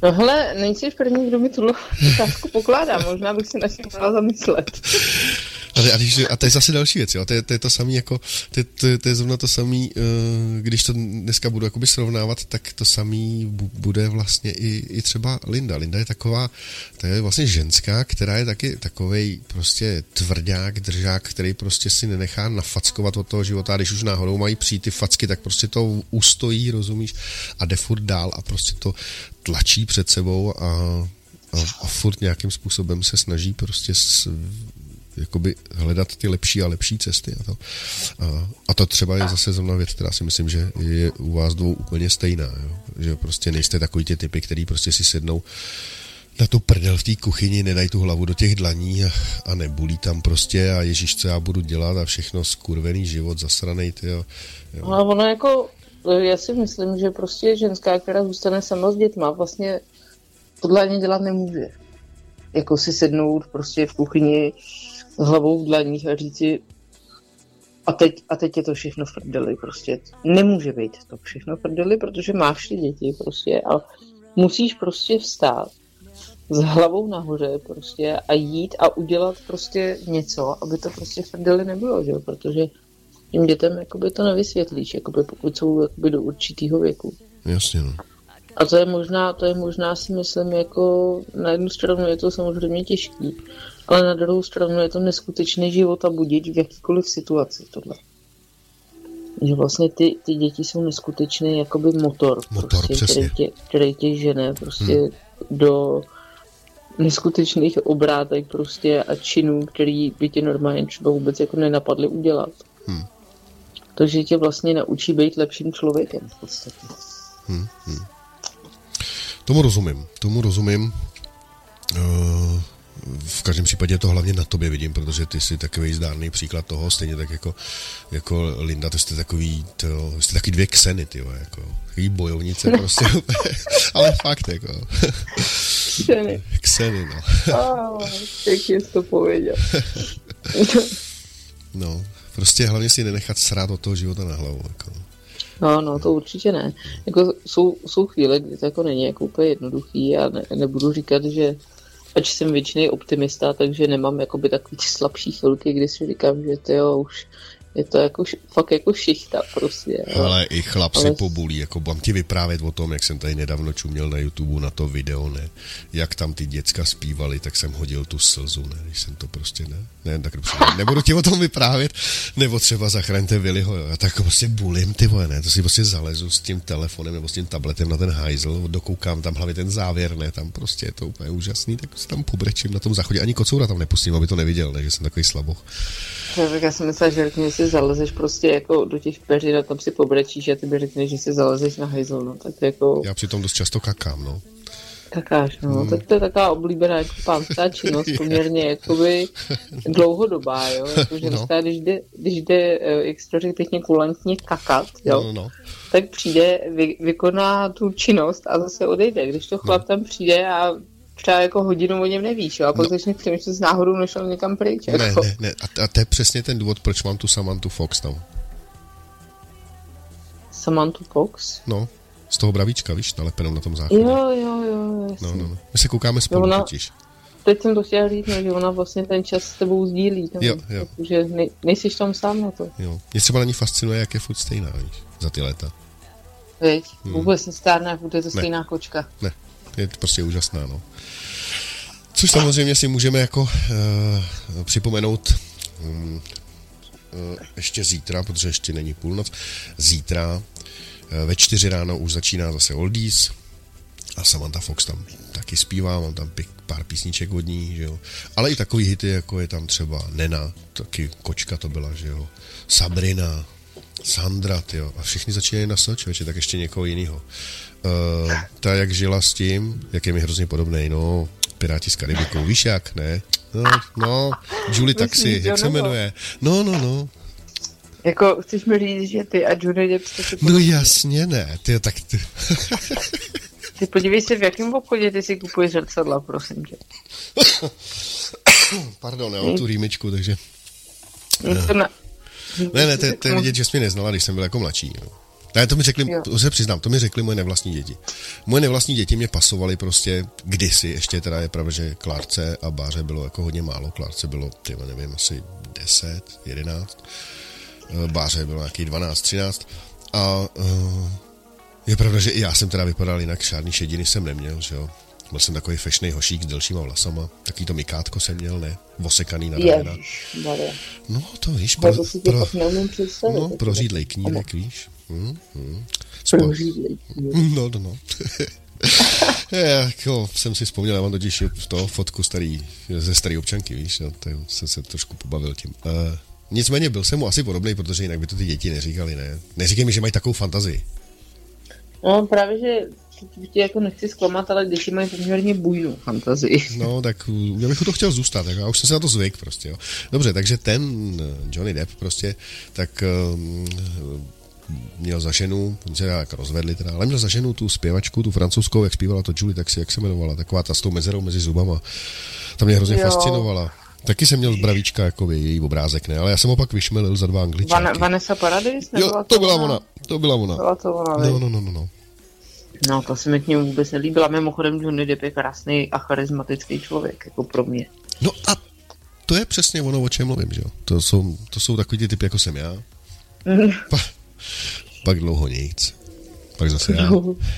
B: No hele, nejsi první, kdo mi tuhle otázku pokládá, možná bych si na tím měla zamyslet.
A: A, a, když, a to je zase další věc, jo. To, je, to je to samé jako, to, je, to, to je zrovna to samé, uh, když to dneska budu jakoby srovnávat, tak to samé bude vlastně i, i třeba Linda. Linda je taková, to je vlastně ženská, která je taky takovej prostě tvrdák, držák, který prostě si nenechá nafackovat od toho života, a když už náhodou mají přijít ty facky, tak prostě to ustojí, rozumíš, a jde furt dál a prostě to tlačí před sebou a, a, a furt nějakým způsobem se snaží prostě s, jakoby hledat ty lepší a lepší cesty a to. A, a to třeba je zase zrovna věc, která si myslím, že je u vás dvou úplně stejná, jo? Že prostě nejste takový ty typy, který prostě si sednou na tu prdel v té kuchyni, nedají tu hlavu do těch dlaní a, a nebulí tam prostě a ježiš, co já budu dělat a všechno skurvený život, zasranej, tyjo. Jo.
B: Ale ono jako, já si myslím, že prostě ženská, která zůstane sama s dětma, vlastně tohle ani dělat nemůže. Jako si sednout prostě v kuchyni s hlavou v dlaních a říci a teď, a teď je to všechno v prdeli, prostě nemůže být to všechno v prdeli, protože máš ty děti prostě a musíš prostě vstát s hlavou nahoře prostě a jít a udělat prostě něco, aby to prostě v prdeli nebylo, že? Protože tím dětem jakoby to nevysvětlíš, jakoby pokud jsou jakoby do určitého věku.
A: Jasně, no.
B: A to je možná, to je možná si myslím, jako na jednu stranu je to samozřejmě těžký, ale na druhou stranu je to neskutečný život a budič v jakýkoliv situaci tohle. Že vlastně ty, ty děti jsou neskutečný jakoby motor,
A: motor
B: prostě, který, tě, který tě žene prostě hmm. do neskutečných obrátek prostě a činů, který by tě normálně třeba vůbec jako nenapadly udělat. Hmm. Takže tě vlastně naučí být lepším člověkem v podstatě.
A: Hmm. Hmm. Tomu rozumím, tomu rozumím. Uh, v každém případě to hlavně na tobě vidím, protože ty jsi takový zdárný příklad toho, stejně tak jako, jako Linda, to jste takový, to, jste takový dvě kseny, tyjo, jako, takový bojovnice prostě, ale fakt, jako.
B: Kseny.
A: Kseny, no.
B: Oh, jak jsi to pověděl.
A: No, prostě hlavně si nenechat srát od toho života na hlavu, jako.
B: No, no, to určitě ne. Jako jsou, jsou chvíle, kdy to jako není jako úplně jednoduchý a ne, nebudu říkat, že ač jsem většiný optimista, takže nemám jakoby takový slabší chvilky, kdy si říkám, že to jo, už je to jako, fakt jako šichta prostě.
A: Ale, ale i chlap ale... si pobulí, jako mám ti vyprávět o tom, jak jsem tady nedávno čuměl na YouTube na to video, ne, jak tam ty děcka zpívali, tak jsem hodil tu slzu, ne, když jsem to prostě, ne, ne, tak prostě, ne, nebudu ti o tom vyprávět, nebo třeba zachraňte Willyho, jo, já tak prostě bulím, ty vole, ne, to si prostě zalezu s tím telefonem nebo s tím tabletem na ten hajzl, dokoukám tam hlavně ten závěr, ne, tam prostě je to úplně úžasný, tak si tam pobrečím na tom záchodě, ani kocoura tam nepustím, aby to neviděl, ne, že jsem takový slaboch.
B: Tak já jsem myslel, že řekni, si zalezeš prostě jako do těch peřin a tam si pobrečíš a ty mi řekneš, že si zalezeš na hajzl, no, tak jako...
A: Já přitom dost často kakám, no.
B: Kakáš, no, hmm. tak to je taková oblíbená jako pánská činnost, poměrně jakoby dlouhodobá, jo, jakože no. Dneska, když jde, když jde, jak se to řekl pěkně kulantně kakat, jo, no, no. tak přijde, vy, vykoná tu činnost a zase odejde, když to chlap no. tam přijde a třeba jako hodinu o něm nevíš, jo? A pak no. začne přemýšlet, s náhodou nešel někam pryč.
A: Ne,
B: jako.
A: ne, ne. A, a to je přesně ten důvod, proč mám tu Samanthu Fox tam.
B: Samanthu Fox?
A: No, z toho bravíčka, víš, nalepenou na tom záchodě.
B: Jo, jo, jo, jasně.
A: No, no, no. My se koukáme spolu
B: ona,
A: totiž.
B: Teď jsem to chtěla říct, no, že ona vlastně ten čas s tebou sdílí. Tam,
A: jo, jo.
B: Takže nej, nejsiš tam sám na to.
A: Jo. Mě třeba na ní fascinuje, jak je furt stejná, víš, za ty léta.
B: Víš, hmm. vůbec nestárne, furt je to stejná ne. kočka.
A: Ne, je prostě úžasná, no. Což samozřejmě si můžeme jako uh, připomenout um, uh, ještě zítra, protože ještě není půlnoc. Zítra uh, ve čtyři ráno už začíná zase Oldies a Samantha Fox tam taky zpívá, mám tam pár písniček od ní, že jo. Ale i takový hity, jako je tam třeba Nena, taky kočka to byla, že jo. Sabrina, Sandra, tyjo. A všichni začínají na sočověče, tak ještě někoho jiného. Uh, ta, jak žila s tím, jak je mi hrozně podobnej, no, Piráti z Karibikou, víš jak, ne? No, no, Julie Taxi, jak se jmenuje? No, no, no.
B: Jako, chceš mi říct, že ty a Julie Depp jste si
A: No jasně ne, ty tak ty...
B: Ty podívej se, v jakém obchodě ty si kupuješ zrcadla, prosím tě.
A: Pardon, já mám tu rýmičku, takže...
B: No. Na...
A: Ne, ne, to je vidět, že jsi mě neznala, když jsem byl jako mladší, no. Ne, to mi řekli, to se přiznám, to mi řekli moje nevlastní děti. Moje nevlastní děti mě pasovaly prostě kdysi, ještě teda je pravda, že Klárce a Báře bylo jako hodně málo, Klárce bylo, tyva, nevím, asi deset, jedenáct, Báře bylo nějaký dvanáct, třináct a uh, je pravda, že i já jsem teda vypadal jinak, žádný šediny jsem neměl, že jo. Byl jsem takový fešnej hošík s delšíma vlasama, taký to mikátko jsem měl, ne, osekaný na ramena. No to víš, pro, pro, pro, no, prořídlej knírek, víš. Hmm, hmm.
B: Prořídlej knírek.
A: No, no, no. Jako jsem si vzpomněl, já mám totiž toho fotku starý, ze staré občanky, víš, no, to jsem se trošku pobavil tím. Uh, nicméně byl jsem mu asi podobný, protože jinak by to ty děti neříkali, ne. Neříkej mi, že mají takovou fantazii.
B: No právě, že tě jako nechci zklamat, ale když mají poměrně bujnou fantazii.
A: No, tak já bych to chtěl zůstat, tak já už jsem se na to zvyk prostě, jo. Dobře, takže ten Johnny Depp prostě, tak um, měl za ženu, oni se jak rozvedli teda, ale měl za ženu tu zpěvačku, tu francouzskou, jak zpívala to Julie, tak si, jak se jmenovala, taková ta s tou mezerou mezi zubama. Ta mě hrozně jo. fascinovala. Taky jsem měl z bravíčka, jako její obrázek, ne, ale já jsem opak vyšmelil za dva angličáky.
B: Van- Vanessa Paradis?
A: Jo, to, to byla ona? ona, to byla ona.
B: Byla to ona,
A: no, no, no, no, no.
B: No, to se mi k němu vůbec nelíbila. Mimochodem Johnny Depp je krásný a charismatický člověk, jako pro mě.
A: No a to je přesně ono, o čem mluvím, že jo? To jsou, to jsou takový ty typy, jako jsem já. Mm. Pa, pak dlouho nic. Pak zase já.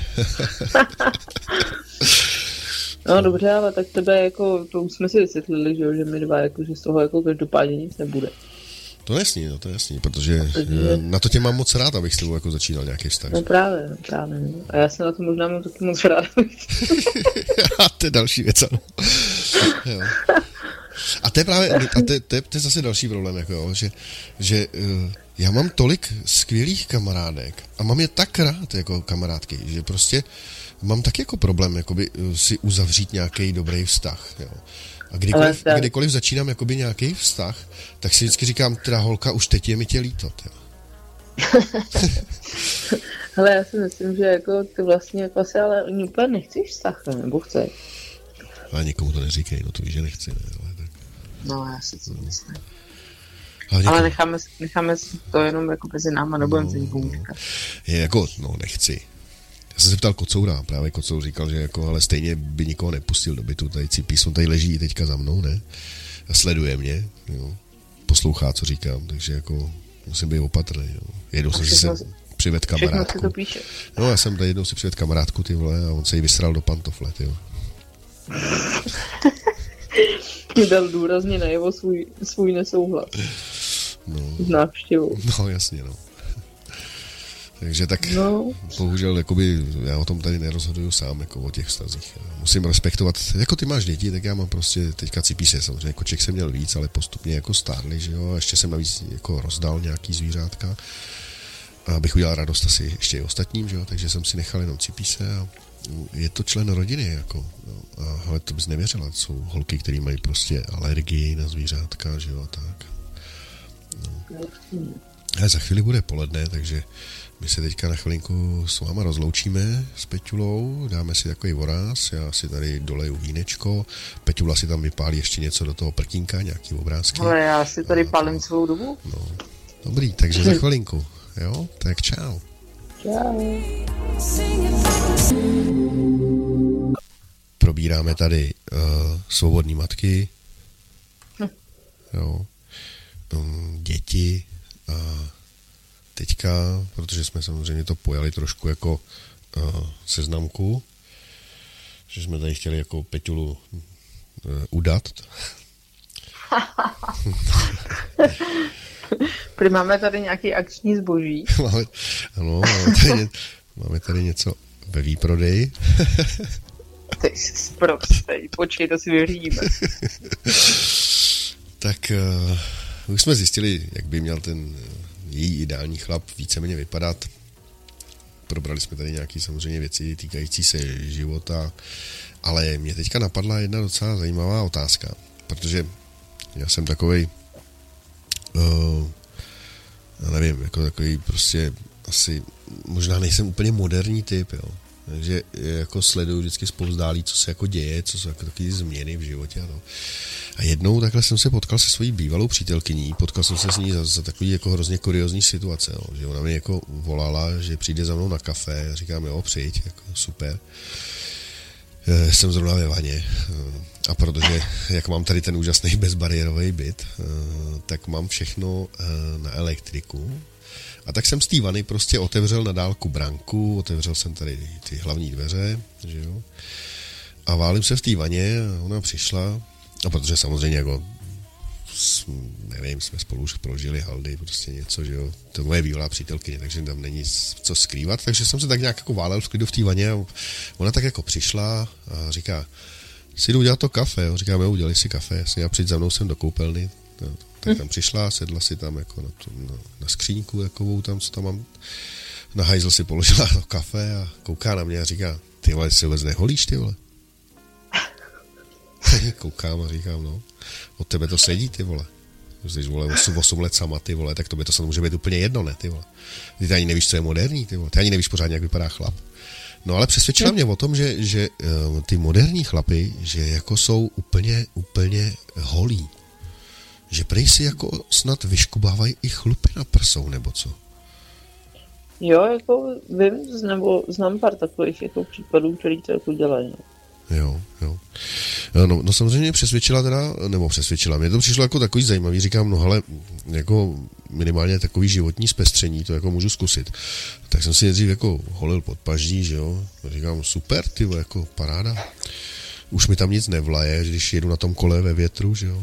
B: No dobře, ale tak tebe jako, to už jsme si vysvětlili, že, že my dva, jako, že z toho jako každopádně nic nebude.
A: To je jasný, no, to je jasný, protože Takže... na to tě mám moc rád, abych s tebou jako začínal nějaký vztah.
B: No právě, no, právě. No. A já se na to možná mám taky moc rád.
A: A to je další věc, ano. Jo. A to je právě, a to, to, to, je, to je zase další problém, jako jo, že, že uh, já mám tolik skvělých kamarádek a mám je tak rád jako kamarádky, že prostě mám tak jako problém jakoby si uzavřít nějaký dobrý vztah, jo. A kdykoliv, tak... kdykoliv začínám jakoby nějaký vztah, tak si vždycky říkám, teda holka, už teď je mi tě líto, jo.
B: Hele, já si myslím, že jako ty vlastně jako asi ale úplně nechceš vztah, nebo chceš?
A: Ale nikomu to neříkej, no to víš, že nechci, ne, ale tak...
B: No, já si to myslím. Ale, někomu... ale necháme, necháme to jenom jako mezi náma, nebudeme no, se nikomu říkat.
A: Je jako, no nechci. Já jsem se ptal Kocoura, právě Kocour říkal, že jako, ale stejně by nikoho nepustil do bytu, tady Cipíson tady leží teďka za mnou, ne? A sleduje mě, jo. Poslouchá, co říkám, takže jako musím být opatrný, jo. Jednou jsem si se přived kamarádku.
B: To píše.
A: No, já jsem tady jednou si přived kamarádku, ty vole, a on se jí vysral do pantofle, ty jo.
B: Mě dal důrazně najevo svůj, svůj nesouhlas.
A: No.
B: S návštěvou.
A: No, jasně, no. Takže tak
B: no.
A: Bohužel jakoby, já o tom tady nerozhoduju sám, jako o těch vztazích. Musím respektovat, jako ty máš děti, tak já mám prostě teďka cipíse, samozřejmě koček jsem měl víc, ale postupně jako stárli, že jo, a ještě jsem navíc jako rozdal nějaký zvířátka, abych udělal radost asi ještě i ostatním, že jo, takže jsem si nechal jenom cipíse a je to člen rodiny, jako, no, a hele, to bys nevěřila, jsou holky, které mají prostě alergii na zvířátka, že jo, a tak. No. A za chvíli bude poledne, takže my se teďka na chvilinku s váma rozloučíme s Peťulou, dáme si takový voráz, já si tady doleju vínečko, Peťula si tam vypálí ještě něco do toho prkínka, nějaký obrázky.
B: Ale já si tady pálím celou dobu.
A: No, dobrý, takže za chvilinku, jo, tak čau.
B: Čau.
A: Probíráme tady uh, svobodný matky, hm. jo, um, děti a teďka, protože jsme samozřejmě to pojali trošku jako uh, seznamku, že jsme tady chtěli jako Peťulu uh, udat.
B: Prý máme tady nějaký akční zboží.
A: máme, ano, máme tady, ně, máme tady něco ve výprodeji.
B: Ty jsi prostej, počkej, to si vyřídíme.
A: Tak uh, už jsme zjistili, jak by měl ten její ideální chlap víceméně vypadat. Probrali jsme tady nějaké samozřejmě věci týkající se života, ale mě teďka napadla jedna docela zajímavá otázka, protože já jsem takovej uh, já nevím, jako takový prostě asi, možná nejsem úplně moderní typ, jo. Takže jako sleduju vždycky zpovzdálí, co se jako děje, co jsou jako takové změny v životě, no. A jednou takhle jsem se potkal se svojí bývalou přítelkyní, potkal jsem se s ní za, za takový jako hrozně kuriózní situace, jo, že ona mi jako volala, že přijde za mnou na kafe, a říkám, jo, přijď, jako super. E, jsem zrovna ve vaně a protože, jak mám tady ten úžasný bezbariérový byt, e, tak mám všechno e, na elektriku. A tak jsem z té vany prostě otevřel na dálku branku, otevřel jsem tady ty hlavní dveře, že jo. A válím se v té vaně a ona přišla, a protože samozřejmě jako, nevím, jsme spolu už prožili haldy, prostě něco, že jo, to je moje bývalá přítelkyně, takže tam není co skrývat, takže jsem se tak nějak jako válel v klidu v té vaně a ona tak jako přišla a říká, si jdu udělat to kafe, jo, říkám, jo, udělej si kafe, jasně, a přijď za mnou sem do koupelny, no, tak tam přišla, sedla si tam jako na, tu, na, na skříňku jakovou tam, co tam mám, na hajzl si položila to kafe a kouká na mě a říká, ty vole, si vůbec neholíš, ty vole. Koukám a říkám, no, od tebe to sedí, ty vole. Jsi, vole, osm let sama, ty vole, tak tobě to se může být úplně jedno, ne, ty vole. Ty ani nevíš, co je moderní, ty vole. Ty ani nevíš pořádně, jak vypadá chlap. No ale přesvědčila mě o tom, že, že uh, ty moderní chlapy, že jako jsou úplně, úplně holí. Že prej si jako snad vyškubávají i chlupy na prsou, nebo co?
B: Jo, jako vím, nebo znám pár takových jako případů, který to jako dělají.
A: Jo, jo. No, no samozřejmě přesvědčila teda, nebo přesvědčila, mě to přišlo jako takový zajímavý, říkám, no ale jako minimálně takový životní zpestření, to jako můžu zkusit. Tak jsem si nejdřív jako holil pod paždí, že jo, a říkám, super, ty jako paráda. Už mi tam nic nevlaje, když jedu na tom kole ve větru, že jo.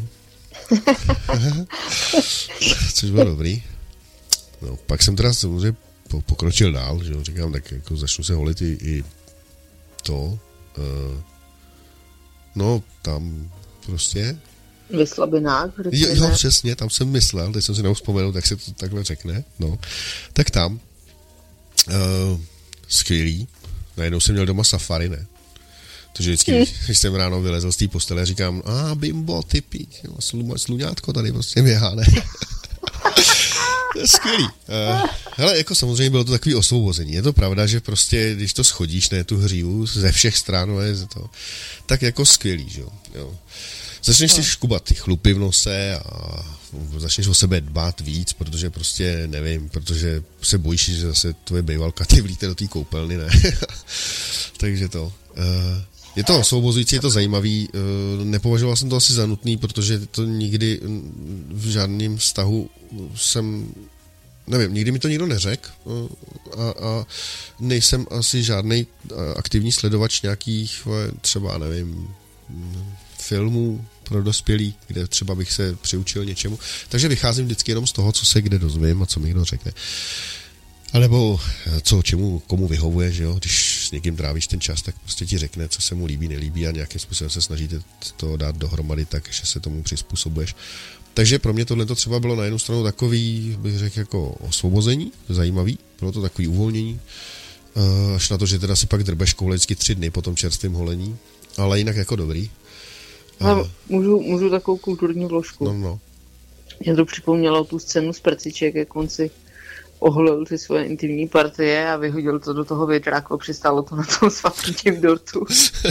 A: Což bylo dobrý. No, pak jsem teda samozřejmě pokročil dál, že jo, říkám, tak jako začnu se holit i, i to, uh, no, tam prostě.
B: Ve slabinách?
A: Jo, jo, přesně, tam jsem myslel, teď jsem si neuvzpomenul, tak se to takhle řekne, no. Tak tam, uh, skvělý, najednou jsem měl doma safari, ne? Takže vždycky, hmm. když jsem ráno vylezl z té postele, říkám, a bimbo, ty píč, slu, sluňátko tady prostě běhá, ne? To je skvělý. Uh, hele, jako samozřejmě bylo to takový osvobození. Je to pravda, že prostě, když to schodíš, ne, tu hřívu ze všech stran, je to, tak jako skvělý, že jo. Začneš si škubat ty chlupy v nose a začneš o sebe dbát víc, protože prostě, nevím, protože se bojíš, že zase tvoje bejvalka ty vlíte do té koupelny, ne? Takže to. Uh, je to osvobozující, je to zajímavý. Uh, nepovažoval jsem to asi za nutný, protože to nikdy v žádném vztahu jsem, nevím, nikdy mi to nikdo neřekl a, a nejsem asi žádnej aktivní sledovač nějakých třeba, nevím, filmů pro dospělí, kde třeba bych se přiučil něčemu. Takže vycházím vždycky jenom z toho, co se kde dozvím a co mi kdo řekne. A nebo co, čemu, komu vyhovuje, že jo? Když s někým trávíš ten čas, tak prostě ti řekne, co se mu líbí, nelíbí a nějakým způsobem se snažíte to dát dohromady tak, že se tomu přizpůsobuješ. Takže pro mě tohle třeba bylo na jednu stranu takový, bych řekl, jako osvobození, zajímavý, bylo to takový uvolnění, až na to, že teda si pak drbeš koule vždycky tři dny po tom čerstvém holení, ale jinak jako dobrý.
B: No, můžu, můžu takovou kulturní vložku.
A: No, no.
B: Mě to připomnělo tu scénu z Prciček, jak on si oholil ty svoje intimní partie a vyhodil to do toho větráku a přistálo to na tom svatým dortu.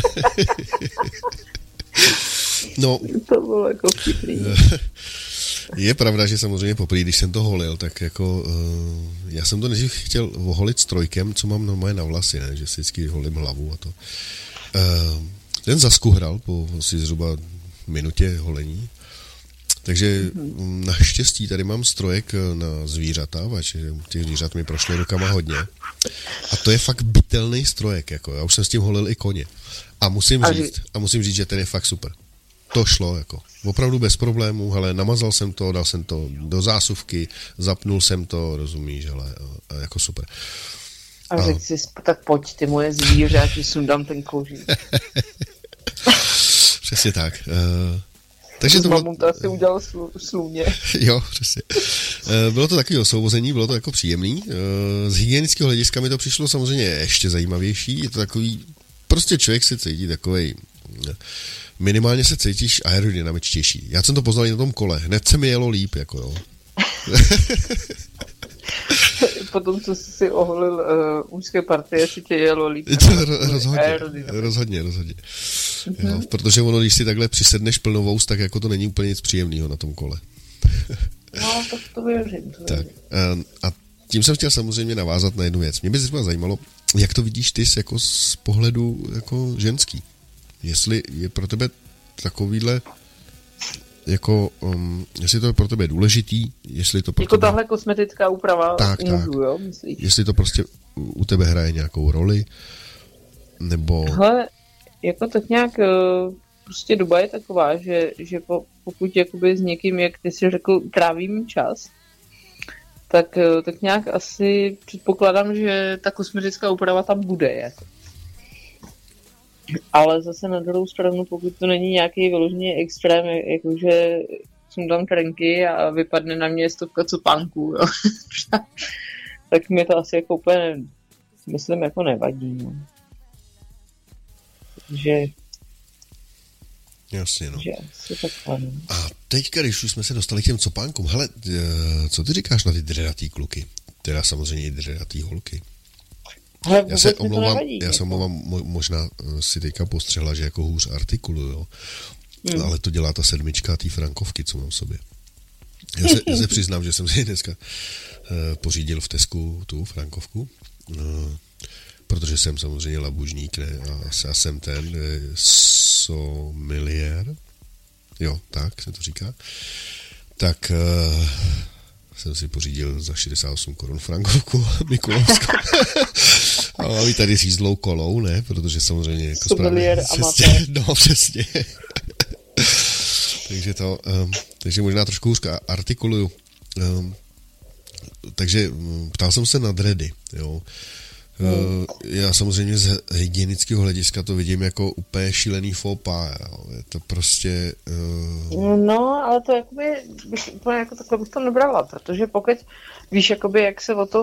A: No,
B: to bylo jako vtipný.
A: Je pravda, že samozřejmě poprvé, když jsem to holil, tak jako uh, já jsem to nejdřív chtěl oholit strojkem, co mám normálně na vlasy, ne? Že si vždycky holím hlavu a to. Uh, ten zaskuhral po asi zhruba minutě holení, takže mm-hmm. naštěstí tady mám strojek na zvířata, protože těch zvířat mi prošly rukama hodně. A to je fakt bytelný strojek, jako já už jsem s tím holil i koně. A musím a říct, a musím říct, že ten je fakt super. To šlo, jako. Opravdu bez problémů, hele, namazal jsem to, dal jsem to do zásuvky, zapnul jsem to, rozumíš, hele, jako super.
B: A, a řekl si, tak pojď, ty moje zvíře, já ti sundám ten kouřík.
A: Přesně tak. Uh, takže
B: to bylo... to asi udělal sluně.
A: Jo, přesně. Uh, bylo to takové osvobození, bylo to jako příjemný. Uh, z hygienického hlediska mi to přišlo samozřejmě ještě zajímavější. Je to takový, prostě člověk se cítí takovej, minimálně se cítíš aerodynamičtější. Já jsem to poznal i na tom kole. Hned se mi jelo líp, jako jo.
B: Potom, co jsi si oholil uh, úzké partie, si tě jelo líp.
A: rozhodně, rozhodně, rozhodně.
B: Mm-hmm.
A: Jo, protože ono, když si takhle přisedneš plnovous, tak jako to není úplně nic příjemného na tom kole.
B: No, tak to věřím. To
A: tak. A, a tím jsem chtěl samozřejmě navázat na jednu věc. Mě by třeba zajímalo, jak to vidíš ty jako z pohledu jako ženský. Jestli je pro tebe takovýhle jako, um, jestli to je pro tebe důležitý, jestli to pro
B: jako
A: tebe...
B: tahle kosmetická úprava
A: tak,
B: můžu,
A: tak.
B: Jo, myslíš?
A: Jestli to prostě u tebe hraje nějakou roli, nebo...
B: Hele, jako tak nějak prostě doba je taková, že, že po, pokud jakoby s někým, jak ty si řekl, trávím čas, tak, tak nějak asi předpokládám, že ta kosmetická úprava tam bude. Jako. Ale zase na druhou stranu, pokud to není nějaký vyložený extrém, jakože jsem tam trenky a vypadne na mě stovka copánků, jo. Tak mi to asi jako úplně, myslím, jako nevadí. No. Že
A: Jasně, no.
B: Že asi takhle, no.
A: A teďka, když už jsme se dostali k těm copánkům, hele, co ty říkáš na ty dredatý kluky? Teda samozřejmě i dredatý holky.
B: Hele,
A: já se omlouvám,
B: nevadí,
A: já se omlouvám, možná si teďka postřehla, že jako hůř artikulu, jo. Hmm. Ale to dělá ta sedmička té frankovky, co mám v sobě. Já se, já se přiznám, že jsem si dneska uh, pořídil v Tesku tu frankovku, uh, protože jsem samozřejmě labužník, ne, a, a jsem ten uh, sommelier, jo, tak se to říká, tak uh, jsem si pořídil za šedesát osm korun frankovku Mikulovskou. A mám ji tady řízlou kolou, ne, protože samozřejmě jako
B: sommelier
A: správně, no přesně. takže to, um, takže možná trošku hůřka artikuluju. Um, takže um, ptal jsem se na dready, jo. Hmm. Já samozřejmě z hygienického hlediska to vidím jako úplně šílený faux pas, jo. Je to prostě... Uh...
B: No, ale to jakoby, bych úplně jako takhle bych to nebrala, protože pokud víš, jakoby, jak se o to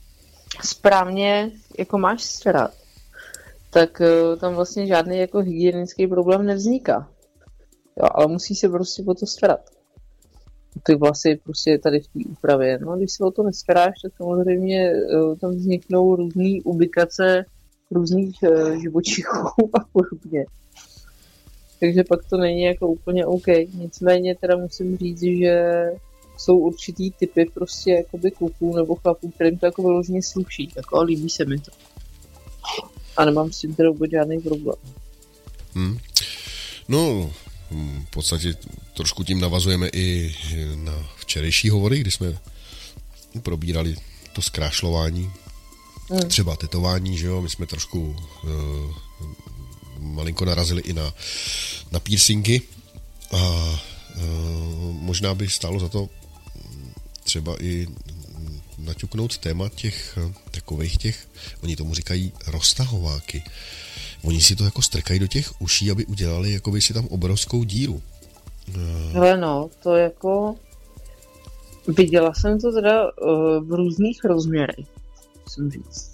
B: správně jako máš starat, tak uh, tam vlastně žádný jako hygienický problém nevzniká. Jo, ale musí se prostě o to starat. Ty vlasy prostě tady v té úpravě. No, když se o to nestaráš, tak samozřejmě uh, tam vzniknou různé ubikace různých uh, živočichů a podobně. Takže pak to není jako úplně OK. Nicméně teda musím říct, že jsou určitý typy prostě jakoby kluků nebo chlapů, kterým to jako vyloženě sluší. Jako líbí se mi to. A nemám s tím teda vůbec žádný problém.
A: Hmm. No, v podstatě trošku tím navazujeme i na včerejší hovory, kdy jsme probírali to zkrášlování, hmm. třeba tetování, že jo, my jsme trošku uh, malinko narazili i na, na piercingy a uh, možná by stálo za to třeba i naťuknout téma těch takových těch, oni tomu říkají roztahováky. Oni si to jako strkají do těch uší, aby udělali jakoby si tam obrovskou díru.
B: Hele no, to jako viděla jsem to teda uh, v různých rozměrech, musím říct.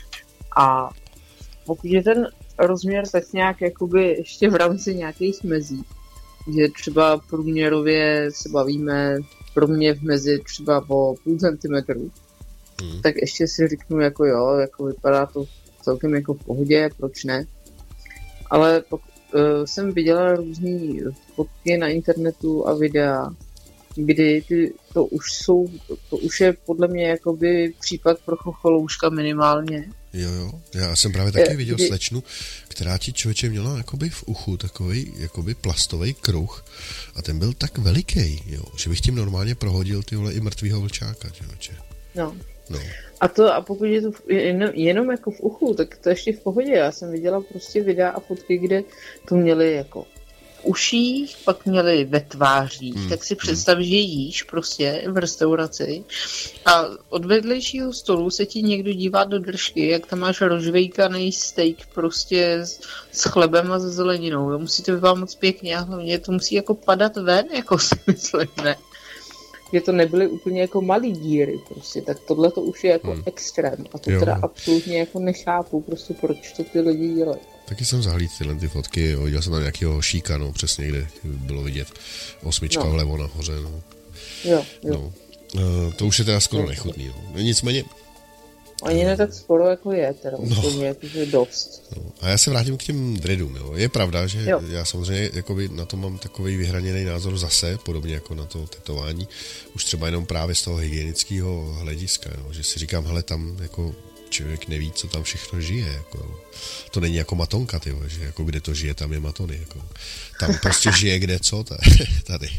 B: A pokud je ten rozměr tak nějak jakoby ještě v rámci nějakých mezí, že třeba průměrově se bavíme pro mě v mezi třeba o půl centimetru, hmm. tak ještě si řeknu jako jo, jako vypadá to celkem jako v pohodě, proč ne. Ale pokud, uh, jsem viděla různý fotky na internetu a videa, kdy ty, to už jsou, to, to už je podle mě jakoby případ pro chocholouška minimálně.
A: Jo, jo, já jsem právě taky viděl kdy... slečnu, která ti člověče měla jakoby v uchu takovej jakoby plastový kruh a ten byl tak veliký, jo, že bych tím normálně prohodil ty vole i mrtvýho vlčáka, člověče.
B: No.
A: No.
B: A to, a pokud je to jenom, jenom jako v uchu, tak to ještě v pohodě. Já jsem viděla prostě videa a fotky, kde to měli jako v uších, pak měli ve tvářích, hmm. tak si představ, že jíš prostě v restauraci a od vedlejšího stolu se ti někdo dívá do držky, jak tam máš rozžvejkaný steak prostě s, s chlebem a se zeleninou. Jo? Musí to vypadat moc pěkně a hlavně to musí jako padat ven, jako si myslím, ne? Že to nebyly úplně jako malý díry prostě, tak tohle to už je jako hmm. extrém a to jo. teda absolutně jako nechápu prostě, proč to ty lidi dělají.
A: Taky jsem zahlídl tyhle ty fotky, viděl jsem tam nějakého šíka, no přesně, kde bylo vidět osmička no. vlevo nahoře, no.
B: Jo, jo.
A: No. Uh, to už je teda skoro no. nechutný, no. Nicméně,
B: Ani ne tak skoro jako je, teda
A: no.
B: úplně jakože dost.
A: No. A já se vrátím k těm dreadům, jo. Je pravda, že
B: jo.
A: já samozřejmě jakoby na to mám takový vyhraněný názor zase, podobně jako na to tetování, už třeba jenom právě z toho hygienického hlediska, jo. Že si říkám, hele, tam jako člověk neví, co tam všechno žije, jako. To není jako matonka, tyjo, že jako kde to žije, tam je matony, jako. Tam prostě žije kde co, tady.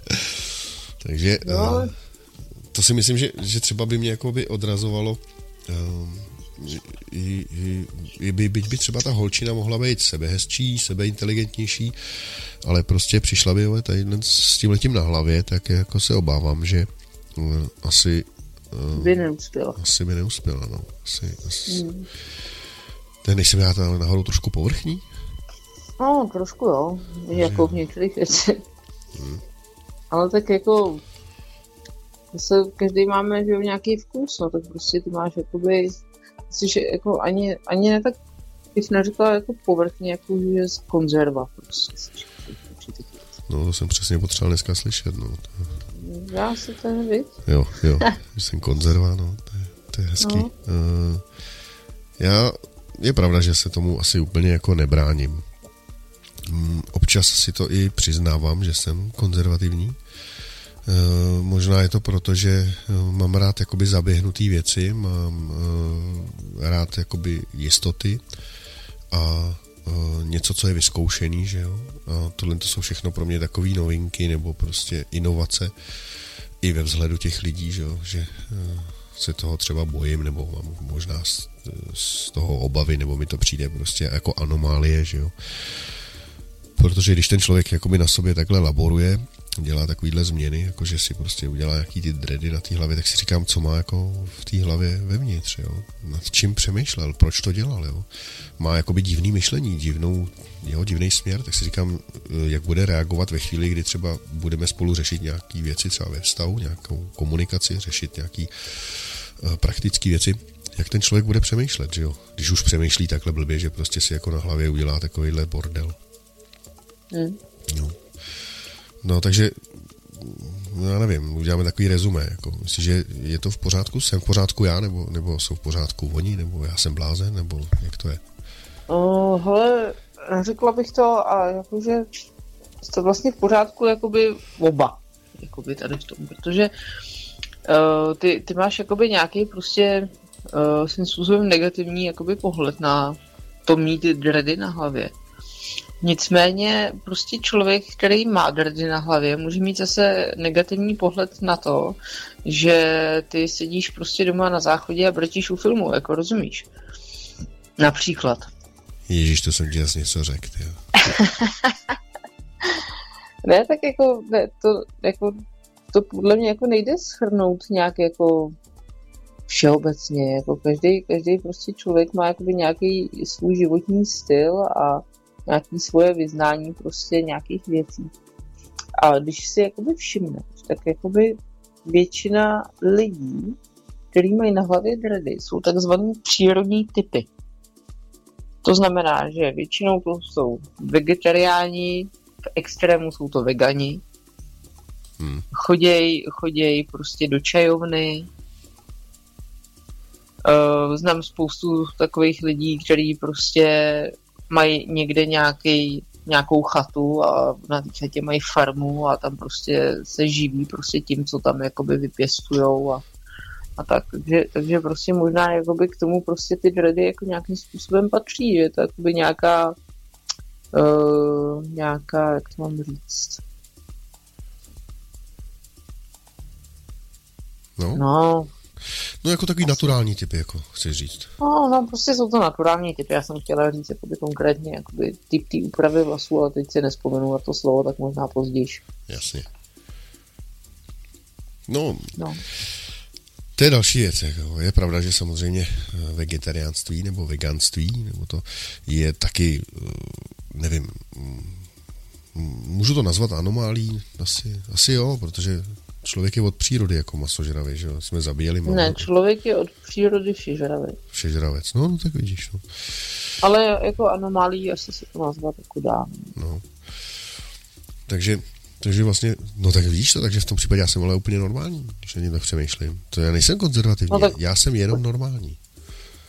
A: Takže no. To si myslím, že, že třeba by mě jako by odrazovalo, um, i, i, by, byť by třeba ta holčina mohla být sebehezčí, sebeinteligentnější, ale prostě přišla by jo, tady s tímhletím na hlavě, tak jako se obávám, že uh, asi uh,
B: by neuspěla.
A: Asi by neuspěla, no. Asi, asi. Hmm. Tak nejsem já tam nahoru trošku povrchní?
B: No, trošku jo, jako v některých věcech. Hmm. Ale tak jako zase každý máme, že nějaký vkus, no tak prostě ty máš jakoby, jsi jako ani, ani ne tak, bych neřekla jako povrchně, jako že je z konzerva prostě.
A: No to jsem přesně potřeboval dneska slyšet, no.
B: Já si to nevíc.
A: Jo, jo, že jsem konzerva, no, to je, to je hezký. No. Uh, já, je pravda, že se tomu asi úplně jako nebráním. Um, občas si to i přiznávám, že jsem konzervativní. Uh, možná je to proto, že uh, mám rád jakoby zaběhnutý věci, mám uh, rád jakoby jistoty a uh, něco, co je vyzkoušený, že jo. A tohle to jsou všechno pro mě takové novinky nebo prostě inovace i ve vzhledu těch lidí, že jo, že uh, se toho třeba bojím nebo mám možná z, z toho obavy, nebo mi to přijde prostě jako anomálie, že jo. Protože když ten člověk jakoby na sobě takhle laboruje, dělá takovýhle změny, jako že si prostě udělá nějaký ty dready na té hlavě, tak si říkám, co má jako v té hlavě vevnitř, jo? Nad čím přemýšlel, proč to dělal, jo? Má jakoby divný myšlení, divnou, jeho divný směr, tak si říkám, jak bude reagovat ve chvíli, kdy třeba budeme spolu řešit nějaký věci, třeba ve vztahu, nějakou komunikaci, řešit nějaký uh, praktické věci, jak ten člověk bude přemýšlet, že jo? Když už přemýšlí takhle blbě, že prostě si jako na hlavě udělá takovýhle bordel.
B: Hmm.
A: No. No, takže já nevím, uděláme takový rezumé, jako, myslíš, že je to v pořádku, jsem v pořádku já, nebo, nebo jsou v pořádku oni, nebo já jsem blázen, nebo jak to je?
B: Uh, hele, řekla bych to, a jakože to vlastně v pořádku, jakoby oba, jakoby tady v tom, protože uh, ty, ty máš jakoby nějaký prostě uh, svým způsobem negativní jakoby pohled na to mít dready na hlavě. Nicméně prostě člověk, který má dready na hlavě, může mít zase negativní pohled na to, že ty sedíš prostě doma na záchodě a brečíš u filmu, jako rozumíš? Například.
A: Ježíš, to jsem ti jasně něco řekl, jo.
B: Ne, tak jako, ne, to, jako, to podle mě jako nejde shrnout nějak jako všeobecně, jako každý, každý prostě člověk má jakoby nějaký svůj životní styl a nějaké svoje vyznání prostě nějakých věcí. A když si jakoby všimneš, tak jakoby většina lidí, kteří mají na hlavě dready, jsou takzvaný přírodní typy. To znamená, že většinou to jsou vegetariáni, v extrému jsou to vegani, hmm. choděj, choděj prostě do čajovny. Uh, znám spoustu takových lidí, kteří prostě mají někde nějaký, nějakou chatu a na té chatě mají farmu a tam prostě se živí prostě tím, co tam jakoby vypěstujou a, a tak. Takže, takže prostě možná jakoby k tomu prostě ty dready jako nějakým způsobem patří, že to jakoby nějaká uh, nějaká, jak to mám říct?
A: No.
B: no
A: No jako takový naturální typy, jako chci říct.
B: No, no, prostě jsou to naturální typy. Já jsem chtěla říct jakoby konkrétně jakoby typ té úpravy vlasů, ale teď si nespomenu na to slovo, tak možná později.
A: Jasně. No,
B: no.
A: To je další věc. Jako. Je pravda, že samozřejmě vegetariánství nebo veganství, nebo to je taky, nevím, můžu to nazvat anomálí? Asi, asi jo, protože člověk je od přírody jako masožravý, že jo? Jsme zabíjeli mamu.
B: Ne, člověk je od přírody všežravý.
A: Všežravec, no, no tak vidíš, no.
B: Ale jako anomálí asi se to nazvat jako dá.
A: No. Takže, takže vlastně, no tak vidíš to, takže v tom případě já jsem ale úplně normální, když ani tak přemýšlím. To já nejsem konzervativní, no tak, já jsem jenom normální.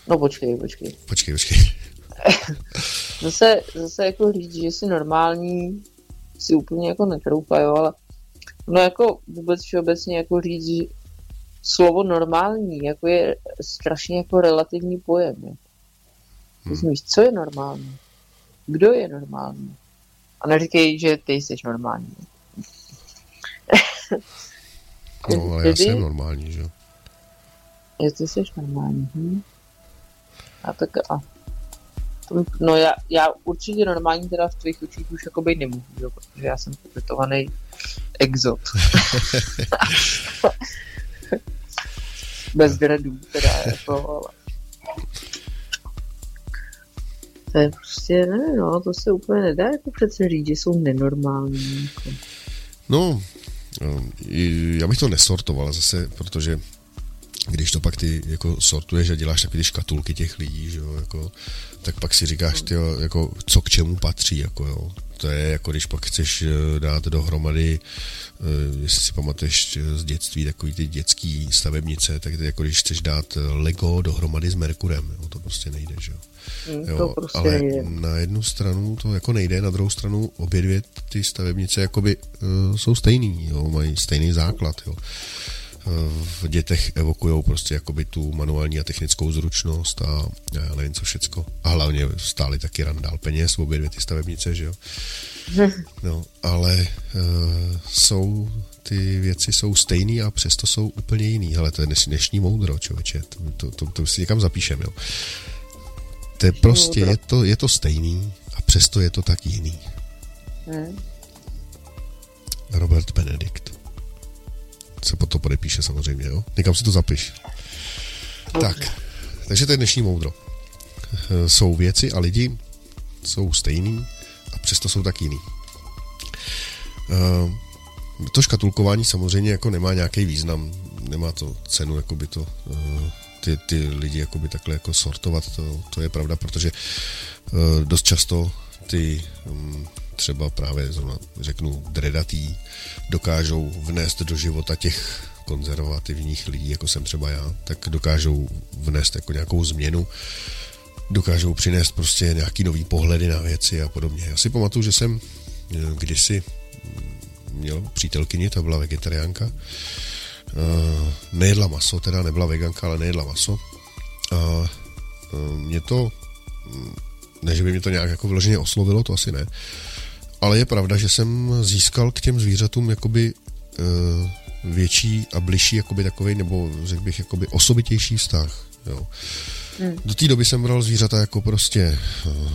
B: No počkej, počkej.
A: Počkej, počkej.
B: zase, zase jako říct, že jsi normální, si úplně jako netroufa, jo, ale no jako vůbec všeobecně jako říct, že slovo normální jako je strašně jako relativní pojem. Jo. Hmm. Co je normální? Kdo je normální? A neříkej, že ty jsi normální.
A: No, ale já jsem normální, že jo?
B: Jo, ty jsi normální. Hm? A tak a... No já, já určitě normální teda v tvých očích už jako být nemůžu, jo, protože já jsem potetovaný exot. Bez dreadů, teda jako, ale... To je prostě, nevím, no, to se úplně nedá jako přece říct, že jsou nenormální. Jako.
A: No, já bych to nesortoval zase, protože když to pak ty jako sortuješ a děláš takové ty škatulky těch lidí, že jo, jako, tak pak si říkáš, tyjo, jako, co k čemu patří, jako jo. To je jako, když pak chceš dát dohromady, jestli si pamatuješ z dětství takový ty dětský stavebnice, tak to je jako, když chceš dát Lego dohromady s Merkurem, jo, to prostě nejde, že jo.
B: Mm, jo prostě
A: ale
B: nejde.
A: Na jednu stranu to jako nejde, na druhou stranu obě dvě ty stavebnice jakoby uh, jsou stejný, jo, mají stejný základ, jo. V dětech evokujou prostě jakoby tu manuální a technickou zručnost a já nevím co všecko. A hlavně stály taky randál peněz, obě dvě ty stavebnice, že jo. No, ale uh, jsou, ty věci jsou stejný a přesto jsou úplně jiný. Ale to je dnešní moudro, člověče. To, to, to, to si někam zapíšem, jo. To je prostě, je to, je to stejný a přesto je to tak jiný. Hmm. Robert Benedikt. Se pod to podepíše samozřejmě, jo? Někam si to zapiš. Okay. Tak, takže to je dnešní moudro. Jsou věci a lidi, jsou stejný a přesto jsou tak jiný. To škatulkování samozřejmě jako nemá nějaký význam, nemá to cenu, jakoby to, ty, ty lidi jakoby takhle jako sortovat, to, to je pravda, protože dost často ty třeba právě řeknu dredatý dokážou vnést do života těch konzervativních lidí, jako jsem třeba já, tak dokážou vnést jako nějakou změnu, dokážou přinést prostě nějaký nový pohledy na věci a podobně. Já si pamatuju, že jsem kdysi měl přítelkyni, ta byla vegetariánka, nejedla maso, teda nebyla veganka, ale nejedla maso a mě to, ne, že by mě to nějak jako vyloženě oslovilo, to asi ne, ale je pravda, že jsem získal k těm zvířatům jakoby uh, větší a bližší jakoby takovej, nebo řekl bych jakoby osobitější vztah. Jo. Hmm. Do té doby jsem bral zvířata jako prostě uh,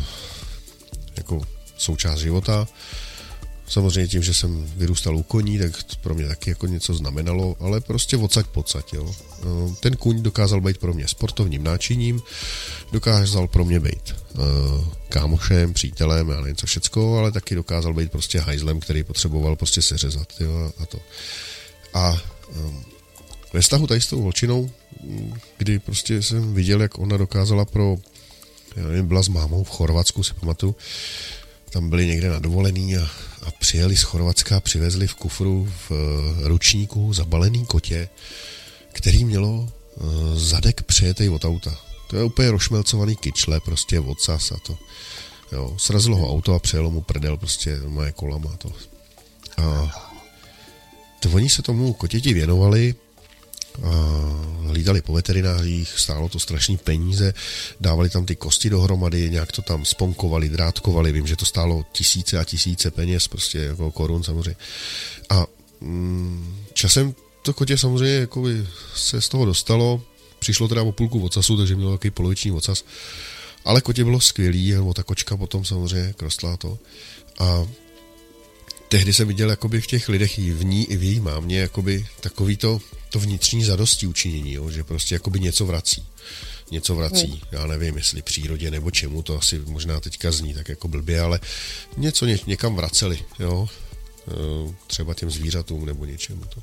A: jako součást života. Samozřejmě tím, že jsem vyrůstal u koní, tak to pro mě taky jako něco znamenalo, ale prostě odsaď pocať, jo. Uh, ten kůň dokázal být pro mě sportovním náčiním, dokázal pro mě být uh, kámošem, přítelem, já nevím co všecko, ale taky dokázal být prostě hajzlem, který potřeboval prostě seřezat, jo, a to. A um, ve vztahu tady s tou holčinou, kdy prostě jsem viděl, jak ona dokázala pro, já nevím, byla s mámou v Chorvatsku, si pamatuju, tam byli někde na dovolený a, a přijeli z Chorvatska, přivezli v kufru v uh, ručníku zabalený kotě, který mělo uh, zadek přejetej od auta. To je úplně rošmelcovaný kyčle, prostě odsaz a to. Jo, srazilo ho auto a přejelo mu prdel prostě moje kolama a to. A to oni se tomu kotěti věnovali a hlídali po veterinářích, stálo to strašný peníze, dávali tam ty kosti dohromady, nějak to tam sponkovali, drátkovali, vím, že to stálo tisíce a tisíce peněz, prostě jako korun samozřejmě. A mm, časem to kotě samozřejmě jakoby se z toho dostalo, přišlo teda o půlku ocasu, takže mělo takový poloviční ocas, ale kotě bylo skvělý, nebo ta kočka potom samozřejmě krostla to. A tehdy jsem viděl jakoby v těch lidech i v ní, i v její mámě jakoby takový to, to vnitřní zadosti učinění, jo, že prostě jakoby něco vrací. Něco vrací, hmm. já nevím, jestli přírodě nebo čemu, to asi možná teďka zní tak jako blbě, ale něco ně, někam vraceli, jo, třeba těm zvířatům nebo něčemu to.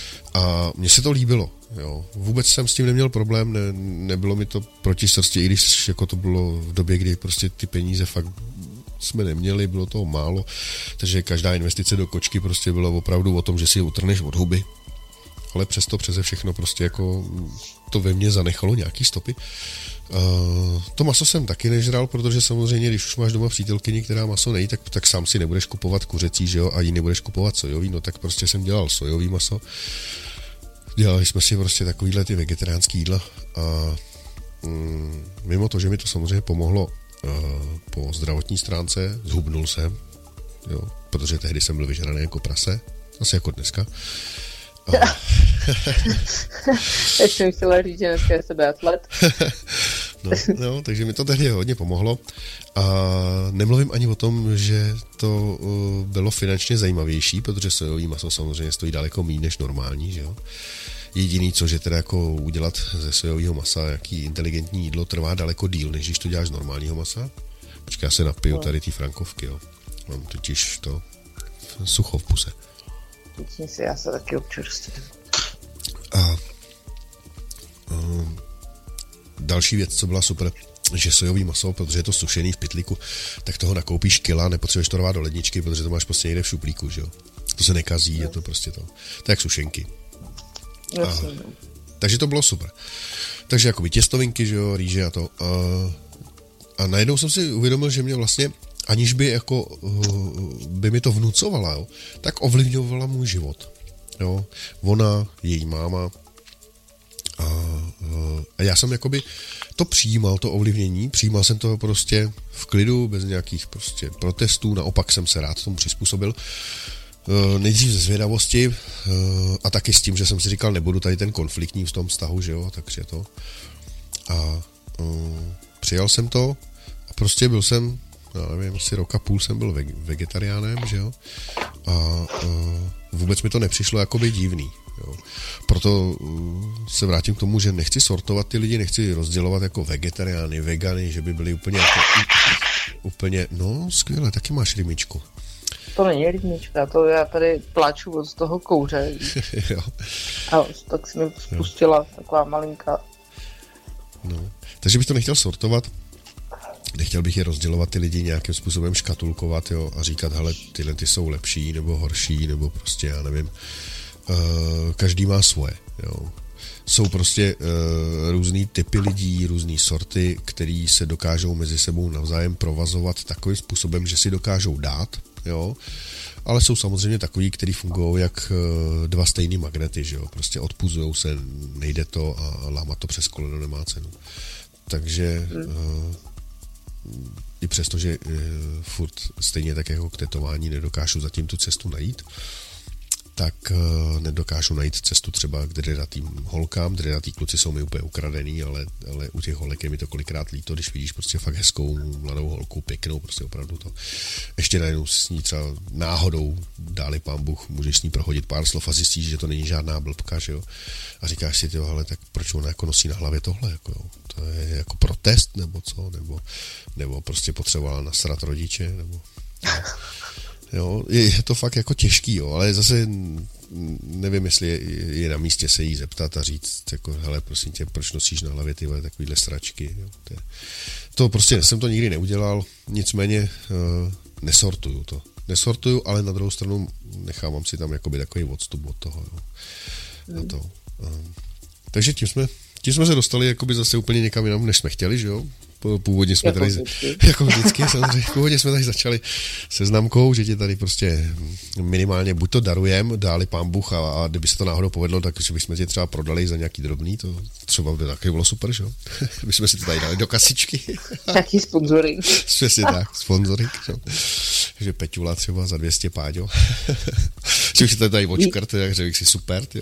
A: A mně se to líbilo, jo. Vůbec jsem s tím neměl problém, ne, nebylo mi to proti srsti, i když jako to bylo v době, kdy prostě ty peníze fakt jsme neměli, bylo toho málo, takže každá investice do kočky prostě byla opravdu o tom, že si ji utrhneš od huby ale přesto přeze všechno prostě jako to ve mně zanechalo nějaký stopy. Uh, to maso jsem taky nežral, protože samozřejmě, když už máš doma přítelkyni, která maso nejí, tak, tak sám si nebudeš kupovat kuřecí, že jo, a jí nebudeš kupovat sojový, no tak prostě jsem dělal sojový maso. Dělali jsme si prostě takovýhle ty vegetariánský jídla a mm, mimo to, že mi to samozřejmě pomohlo uh, po zdravotní stránce, zhubnul jsem, jo, protože tehdy jsem byl vyžraný jako prase, asi jako dneska.
B: A... Já jsem chtěla říct, že dneska je sebe atlet.
A: no, no, takže mi to tehdy hodně pomohlo a nemluvím ani o tom, že to uh, bylo finančně zajímavější, protože sojový maso samozřejmě stojí daleko méně než normální, že jo. Jediný, co že teda jako udělat ze sojového masa nějaký inteligentní jídlo trvá daleko díl, než když to děláš z normálního masa. Počkej, já se napiju no. tady ty frankovky, jo. Mám totiž to sucho v puse.
B: Teď si já se taky občerstvím.
A: A um, další věc, co byla super, že sojový maso, protože je to sušený v pytlíku, tak toho nakoupíš kila, nepotřebuješ to dát do ledničky, protože to máš prostě někde v šuplíku, že jo. To se nekazí, no. Je to prostě to. To je jak sušenky. A, takže to bylo super. Takže jakoby těstovinky, že jo, rýže a to. A, a najednou jsem si uvědomil, že mě vlastně, aniž by jako by mi to vnucovala, jo, tak ovlivňovala můj život. Jo. Ona, její máma a, a já jsem jakoby to přijímal, to ovlivnění, přijímal jsem to prostě v klidu, bez nějakých prostě protestů, naopak jsem se rád tomu přizpůsobil. Nejdřív ze zvědavosti a taky s tím, že jsem si říkal, nebudu tady ten konfliktní v tom vztahu, že jo, takže to. A um, přijal jsem to a prostě byl jsem, já nevím, asi rok a půl jsem byl vegetariánem, že jo. A uh, vůbec mi to nepřišlo jakoby divný, jo. Proto uh, se vrátím k tomu, že nechci sortovat ty lidi, nechci rozdělovat jako vegetariány, vegany, že by byli úplně jako, úplně, no skvěle, taky máš rymičku.
B: To není rybnička, to já tady pláču od toho kouře.
A: Jo.
B: A tak si mi spustila jo. Taková malinká.
A: No. Takže bych to nechtěl sortovat. Nechtěl bych je rozdělovat ty lidi nějakým způsobem škatulkovat, jo, a říkat, hele, tyhle ty jsou lepší nebo horší, nebo prostě, já nevím. Uh, každý má svoje, jo. Jsou prostě uh, různý typy lidí, různý sorty, který se dokážou mezi sebou navzájem provazovat takovým způsobem, že si dokážou dát, jo, ale jsou samozřejmě takový, který fungují jak uh, dva stejný magnety, že jo, prostě odpuzujou se, nejde to a lámat to přes koleno nemá cenu. Takže uh, i přesto, že uh, furt stejně tak jako k tetování nedokážu zatím tu cestu najít, tak uh, nedokážu najít cestu třeba k dredatým holkám. Dredatý kluci jsou mi úplně ukradený, ale, ale u těch holek je mi to kolikrát líto, když vidíš prostě fakt hezkou mladou holku, pěknou, prostě opravdu to. Ještě najednou s ní třeba náhodou, dáli pán Bůh, můžeš s ní prohodit pár slov a zjistíš, že to není žádná blbka, že jo. A říkáš si, tyjo, hele, tak proč ona jako nosí na hlavě tohle, jako jo. To je jako protest, nebo co, nebo, nebo prostě potřebovala nasrat rodiče, nebo... No. Jo, je to fakt jako těžký, jo, ale zase nevím, jestli je, je na místě se jí zeptat a říct, jako, hele, prosím tě, proč nosíš na hlavě tyhle takovýhle sračky, jo, to, je, to prostě jsem to nikdy neudělal, nicméně uh, nesortuju to, nesortuju, ale na druhou stranu nechávám si tam jakoby takový odstup od toho, jo, a to, um, takže tím jsme, tím jsme se dostali jakoby zase úplně někam jinam, než jsme chtěli, že jo. Původně jsme
B: jako
A: tady,
B: vždycky.
A: jako vždycky, samozřejmě, původně jsme tady začali se známkou, že ti tady prostě minimálně buď to darujem, dáli pán Bůh a, a kdyby se to náhodou povedlo, tak že bychom ti třeba prodali za nějaký drobný, to třeba by taky bylo super, že jo? Bychom si to tady dali do kasičky.
B: Nějaký sponsoring.
A: Přesně tak, sponsoring, že? Že Peťula třeba za dvě stě, Páďo. Že bych si tady očkrt, takže bych si super, jo.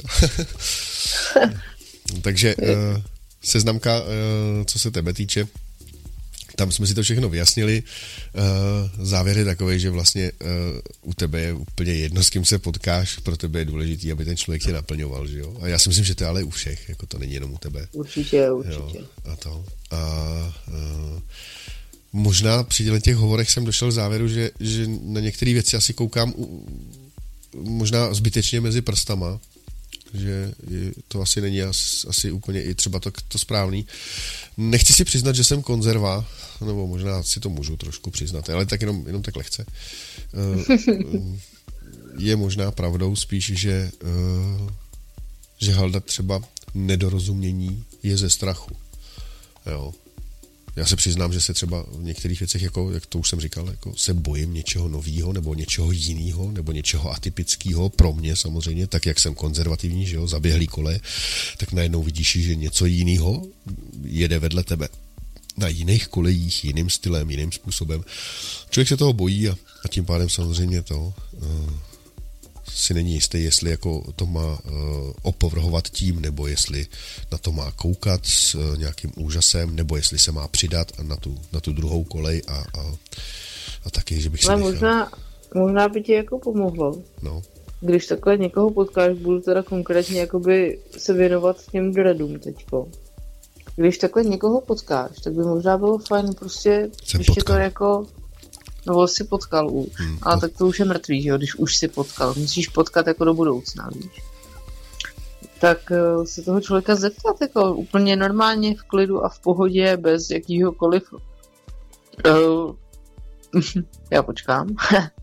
A: Takže uh, seznamka, uh, co se tebe týče, tam jsme si to všechno vyjasnili. Uh, závěr je takový, že vlastně uh, u tebe je úplně jedno, s kým se potkáš, pro tebe je důležitý, aby ten člověk tě naplňoval, že jo? A já si myslím, že to je ale u všech, jako to není jenom u tebe.
B: Určitě, určitě.
A: Jo, a to. A uh, možná při těch hovorech jsem došel k závěru, že, že na některé věci asi koukám u, možná zbytečně mezi prstama, že to asi není asi, asi úplně i třeba to, to správný. Nechci si přiznat, že jsem konzerva, nebo možná si to můžu trošku přiznat, ale tak jenom, jenom tak lehce. Je možná pravdou spíš, že že halda třeba nedorozumění je ze strachu. Jo. Já se přiznám, že se třeba v některých věcech, jako, jak to už jsem říkal, jako se bojím něčeho novýho, nebo něčeho jiného, nebo něčeho atypického pro mě samozřejmě, tak jak jsem konzervativní, že jo, zaběhlý kole, tak najednou vidíš, že něco jiného jede vedle tebe na jiných kolejích, jiným stylem, jiným způsobem. Člověk se toho bojí a, a tím pádem samozřejmě to uh, si není jistý, jestli jako to má uh, opovrhovat tím, nebo jestli na to má koukat s uh, nějakým úžasem, nebo jestli se má přidat na tu, na tu druhou kolej a, a, a taky, že bych si
B: Ale
A: nechal.
B: možná, možná by ti jako pomohlo.
A: No.
B: Když takhle někoho potkáš, budu teda konkrétně jakoby se věnovat těm dreadům teďko. Když takhle někoho potkáš, tak by možná bylo fajn prostě,
A: Jsem
B: když
A: potkal.
B: to jako, no si potkal už,
A: Hmm,
B: ale
A: pot...
B: tak to už je mrtvý, že jo, když už si potkal, musíš potkat jako do budoucna, víš. Tak uh, se toho člověka zeptat jako úplně normálně v klidu a v pohodě, bez jakýhokoliv uh, já počkám.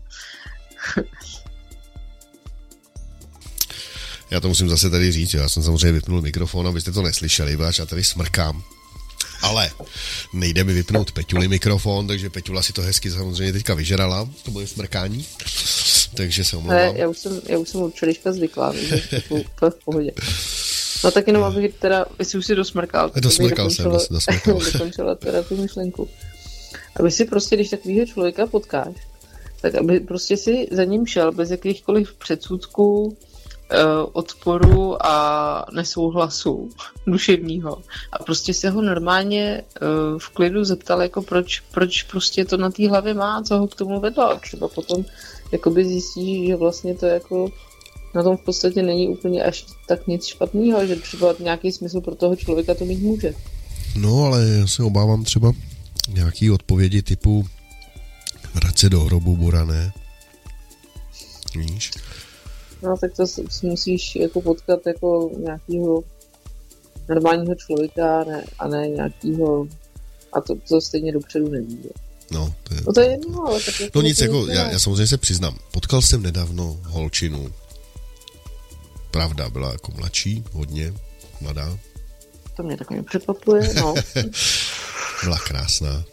A: Já to musím zase tady říct, já jsem samozřejmě vypnul mikrofon, abyste to neslyšeli, protože já tady smrkám. Ale nejde mi vypnout Peťuli mikrofon, takže Peťula si to hezky samozřejmě teďka vyžerala, to moje smrkání, takže se omlouvám.
B: Ale já už jsem, já už jsem určitě zvyklá, takže to je v pohodě. No tak jenom, abych teda, jestli už si dosmrkal, tak
A: Dosmrkal jsem, dos, dosmrkal.
B: dokončila teda tu myšlenku. Aby si prostě, když takovýho člověka potkáš, tak aby prostě si za ním šel bez jakýchkoliv předsudků, odporu a nesouhlasu duševního. A prostě se ho normálně uh, v klidu zeptal, jako proč, proč prostě to na té hlavě má, co ho k tomu vedlo. A třeba potom jakoby zjistí, že vlastně to jako na tom v podstatě není úplně až tak nic špatného, že třeba nějaký smysl pro toho člověka to mít může.
A: No, ale já se obávám třeba nějaký odpovědi typu vrať se do hrobu, Burané. Víš?
B: No tak to si musíš jako potkat jako nějakýho normálního člověka ne, a ne nějakýho, a to, to stejně dopředu neví.
A: No, to je,
B: no to je jedno, ale tak
A: no nic, jako, já, já samozřejmě se přiznám, potkal jsem nedávno holčinu, pravda, byla jako mladší, hodně mladá.
B: To mě taky nepřekvapuje, no.
A: Byla krásná.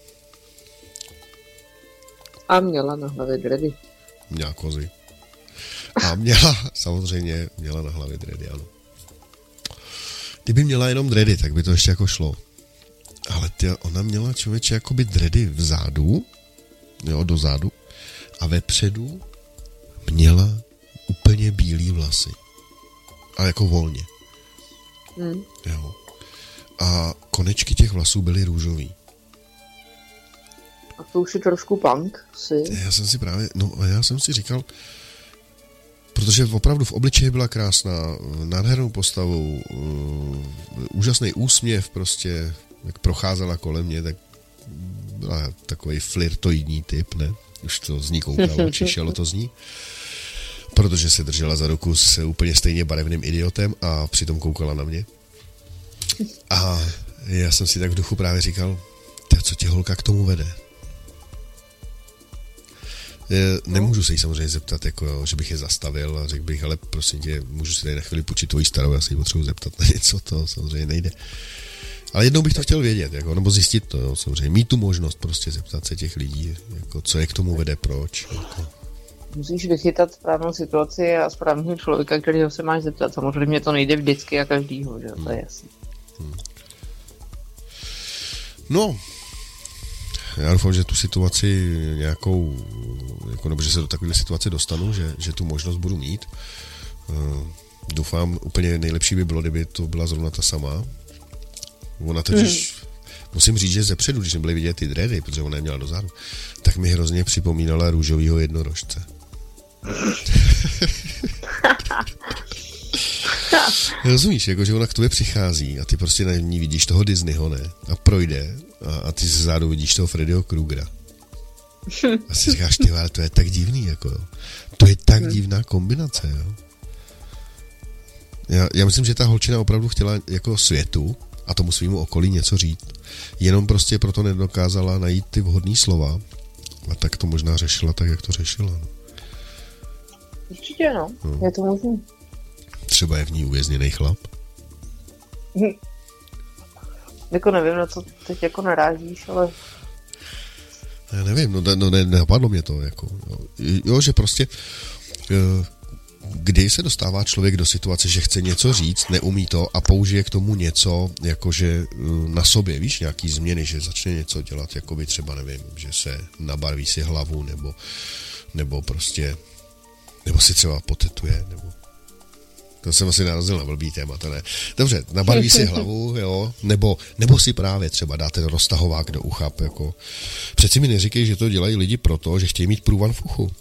B: A měla na hlavě dready.
A: Měla kozy. A měla, samozřejmě, měla na hlavě dready, ano. Kdyby měla jenom dready, tak by to ještě jako šlo. Ale ty, ona měla člověče jakoby dready vzadu, jo, dozadu, a vepředu měla úplně bílý vlasy. Ale jako volně.
B: Hmm.
A: Jo. A konečky těch vlasů byly růžový.
B: A to už je trošku punk, si.
A: Já jsem si právě, no já jsem si říkal, protože opravdu v obličeji byla krásná, nádhernou postavou, úžasný úsměv prostě, jak procházela kolem mě, tak byla takový flirtoidní typ, ne? Už to z ní koukalo, čišelo to z ní. Protože se držela za ruku s úplně stejně barevným idiotem a přitom koukala na mě. A já jsem si tak v duchu právě říkal, co tě holka k tomu vede? Nemůžu se jí samozřejmě zeptat, jako, že bych je zastavil a řekl bych, ale prosím tě, můžu si tady na chvíli půjčit tvoji starou, já se jí potřebuji zeptat na něco, to samozřejmě nejde. Ale jednou bych to chtěl vědět, jako, nebo zjistit to, jo, samozřejmě. Mít tu možnost prostě zeptat se těch lidí, jako, co je k tomu vede, proč. Jako.
B: Musíš vychytat správnou situaci a správného člověka, kterého se máš zeptat. Samozřejmě to nejde vždycky a každýho, že to je jasný.
A: Hmm. No, já doufám, že tu situaci nějakou, jako, nebo že se do takové situace dostanu, že, že tu možnost budu mít. Uh, doufám, úplně nejlepší by bylo, kdyby to byla zrovna ta sama. Ona totiž, hmm. musím říct, že zepředu, když nebyly vidět ty dready, protože ona je měla dozadu, tak mi hrozně připomínala růžovýho jednorožce. Rozumíš, jako, že ona k tobě přichází a ty prostě na ní vidíš toho Disneyho, ne? A projde a, a ty zezadu vidíš toho Freddyho Krugera. A si říkáš, ty, ale to je tak divný, jako. To je tak divná kombinace, jo. Já, já myslím, že ta holčina opravdu chtěla jako světu a tomu svýmu okolí něco říct. Jenom prostě proto nedokázala najít ty vhodný slova a tak to možná řešila tak, jak to řešila.
B: Určitě, no. no. Je to možný.
A: třeba je v ní uvězněný chlap?
B: Hm. Jako nevím, na co teď jako narážíš, ale...
A: Já nevím, no, no ne, nenapadlo mě to, jako, jo, jo že prostě... Uh, kdy se dostává člověk do situace, že chce něco říct, neumí to a použije k tomu něco, jakože na sobě, víš, nějaký změny, že začne něco dělat, jako by třeba, nevím, že se nabarví si hlavu, nebo, nebo prostě, nebo si třeba potetuje, nebo... To jsem asi narazil na blbý téma, to ne. Dobře, nabarví si hlavu, jo, nebo, nebo si právě třeba dá ten roztahovák do ucha, jako... Přeci mi neříkej, že to dělají lidi proto, že chtějí mít průvan v uchu.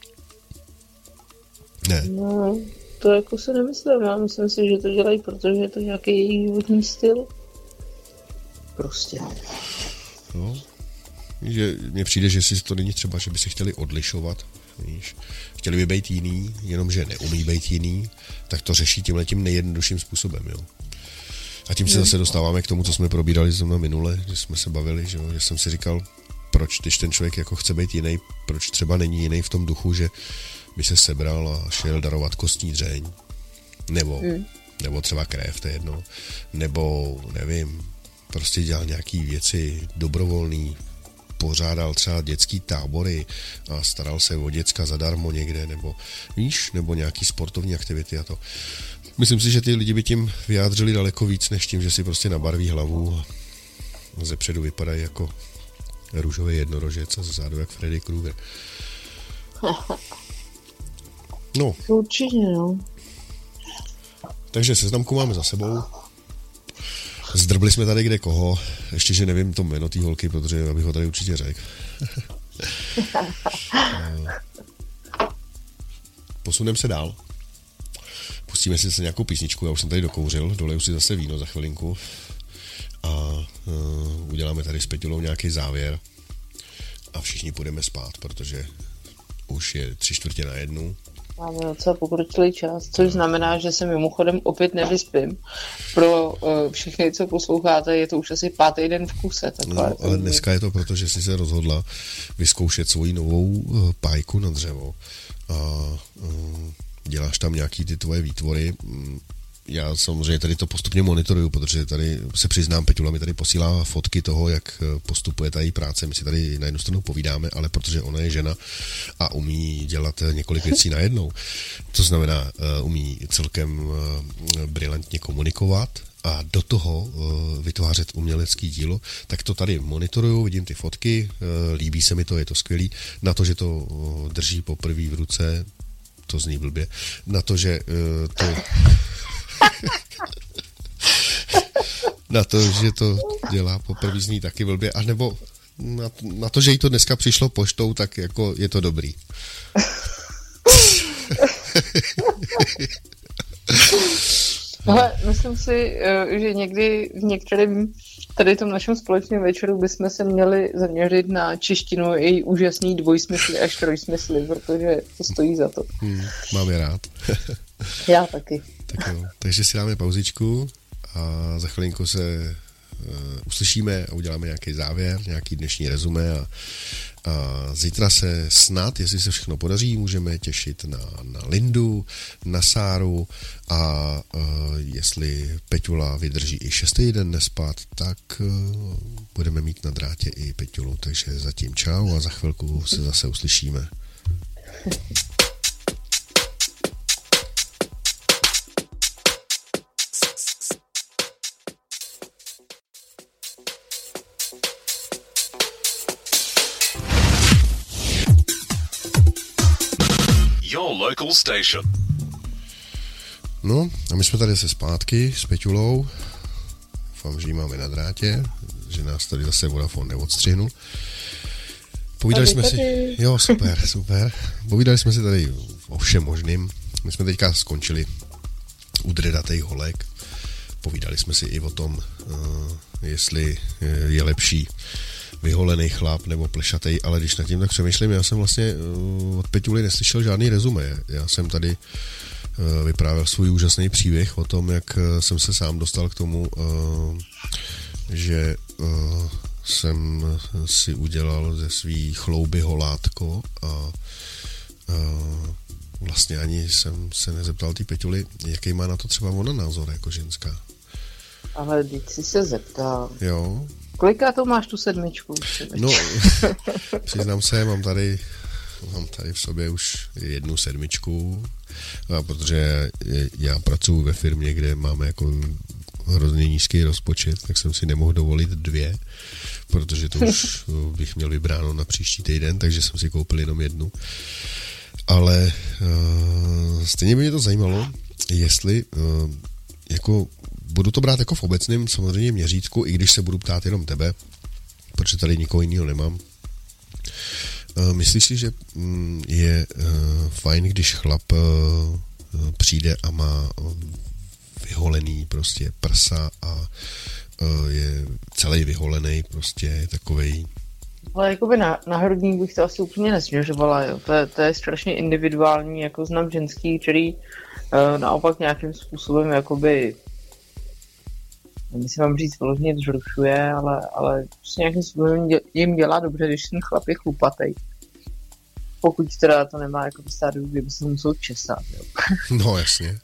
A: Ne.
B: No, to jako se nemyslím. Já myslím si, že to dělají, protože je to nějaký jejich životní styl. Prostě.
A: No, že mně přijde, že si to není třeba, že by se chtěli odlišovat, víš. Chtěli by být jiný, jenomže neumí být jiný, tak to řeší tímhletím nejjednodušším způsobem, jo. A tím se zase dostáváme k tomu, co jsme probírali zrovna minule, že jsme se bavili, že, že jsem si říkal, proč, když ten člověk jako chce být jiný, proč třeba není jiný v tom duchu, že by se sebral a šel darovat kostní dřeň, nebo, hmm. nebo třeba krev, to je jedno, nebo, nevím, prostě dělal nějaký věci dobrovolný, pořádal třeba dětský tábory a staral se o děcka zadarmo někde, nebo víš, nebo nějaký sportovní aktivity a to. Myslím si, že ty lidi by tím vyjádřili daleko víc, než tím, že si prostě nabarví hlavu a zepředu vypadají jako růžový jednorožec a zezadu jak Freddy Krueger. No.
B: Určitě, no.
A: Takže seznamku máme za sebou. Zdrbli jsme tady kde koho. Ještě, že nevím to jméno té holky, protože abych ho tady určitě řekl. Posuneme se dál. Pustíme si zase nějakou písničku. Já už jsem tady dokouřil. Doleju si zase víno za chvilinku. A uh, uděláme tady s Peťulou nějaký závěr. A všichni půjdeme spát, protože už je tři čtvrtě na jednu.
B: Máme docela pokročilý čas, což znamená, že se mimochodem opět nevyspím. Pro uh, všechny, co posloucháte, je to už asi pátý den v kuse.
A: No, ale dneska je to proto, že jsi se rozhodla vyzkoušet svoji novou uh, pájku na dřevo. A uh, děláš tam nějaký ty tvoje výtvory. Já samozřejmě tady to postupně monitoruju, protože tady se přiznám, Peťula mi tady posílá fotky toho, jak postupuje ta její práce. My si tady na jednu stranu povídáme, ale protože ona je žena a umí dělat několik věcí najednou, to znamená, umí celkem brilantně komunikovat a do toho vytvářet umělecký dílo, tak to tady monitoruju, vidím ty fotky, líbí se mi to, je to skvělý. Na to, že to drží poprvé v ruce, to zní blbě, na to, že to... na to, že to dělá poprvé zní taky blbě, a nebo na, na to, že jí to dneska přišlo poštou, tak jako je to dobrý.
B: Ale myslím si, že někdy v některém tady tom našem společném večeru bychom se měli zaměřit na češtinu a její úžasný dvojsmysly až trojsmysly, protože to stojí za to.
A: Hmm, mám je rád.
B: Já taky.
A: Tak jo, takže si dáme pauzičku a za chvilinku se uh, uslyšíme a uděláme nějaký závěr, nějaký dnešní rezumé a, a zítra se snad, jestli se všechno podaří, můžeme těšit na, na Lindu, na Sáru a uh, jestli Peťula vydrží i šestý den nespat, tak uh, budeme mít na drátě i Peťulu, takže zatím čau a za chvilku se zase uslyšíme.
C: Your local station.
A: No, a my jsme tady se zpátky s Peťulou. Doufám, že ji máme na drátě, že nás tady zase Vodafone neodstřihnul. Povídali jsme si... Jo, super, super. Povídali jsme si tady o všem možným. My jsme teďka skončili u dredatej holek. Povídali jsme si i o tom, jestli je lepší vyholený chlap nebo plešatej, ale když nad tím tak přemýšlím, já jsem vlastně od Peťuly neslyšel žádný rezumé. Já jsem tady vyprávěl svůj úžasný příběh o tom, jak jsem se sám dostal k tomu, že jsem si udělal ze svý chlouby holátko a vlastně ani jsem se nezeptal té Peťuly, jaký má na to třeba ona názor jako ženská.
B: Ale teď jsi se zeptal.
A: Jo.
B: Koliká to máš tu sedmičku?
A: No, přiznám se, mám tady, mám tady v sobě už jednu sedmičku, a protože já pracuji ve firmě, kde máme jako hrozně nízký rozpočet, tak jsem si nemohl dovolit dvě, protože to už bych měl vybráno na příští týden, takže jsem si koupil jenom jednu. Ale uh, stejně by mě to zajímalo, jestli uh, jako budu to brát jako v obecném samozřejmě měřítku, i když se budu ptát jenom tebe, protože tady nikoho jiného nemám. Uh, myslíš si, že um, je uh, fajn, když chlap uh, přijde a má uh, vyholený prostě prsa a uh, je celý vyholený, prostě je takovej.
B: Ale jakoby na, na hrudník bych to asi úplně nesměřovala, jo. To je, to je strašně individuální, jako znám ženský, který uh, naopak nějakým způsobem jakoby, nevím, si mám říct, vložně zrušuje, ale, ale prostě nějakým způsobem jim dělá dobře, když ten chlap je chlupatej. Pokud teda to nemá jako stádiu, kdyby se musel česat, jo.
A: No, jasně.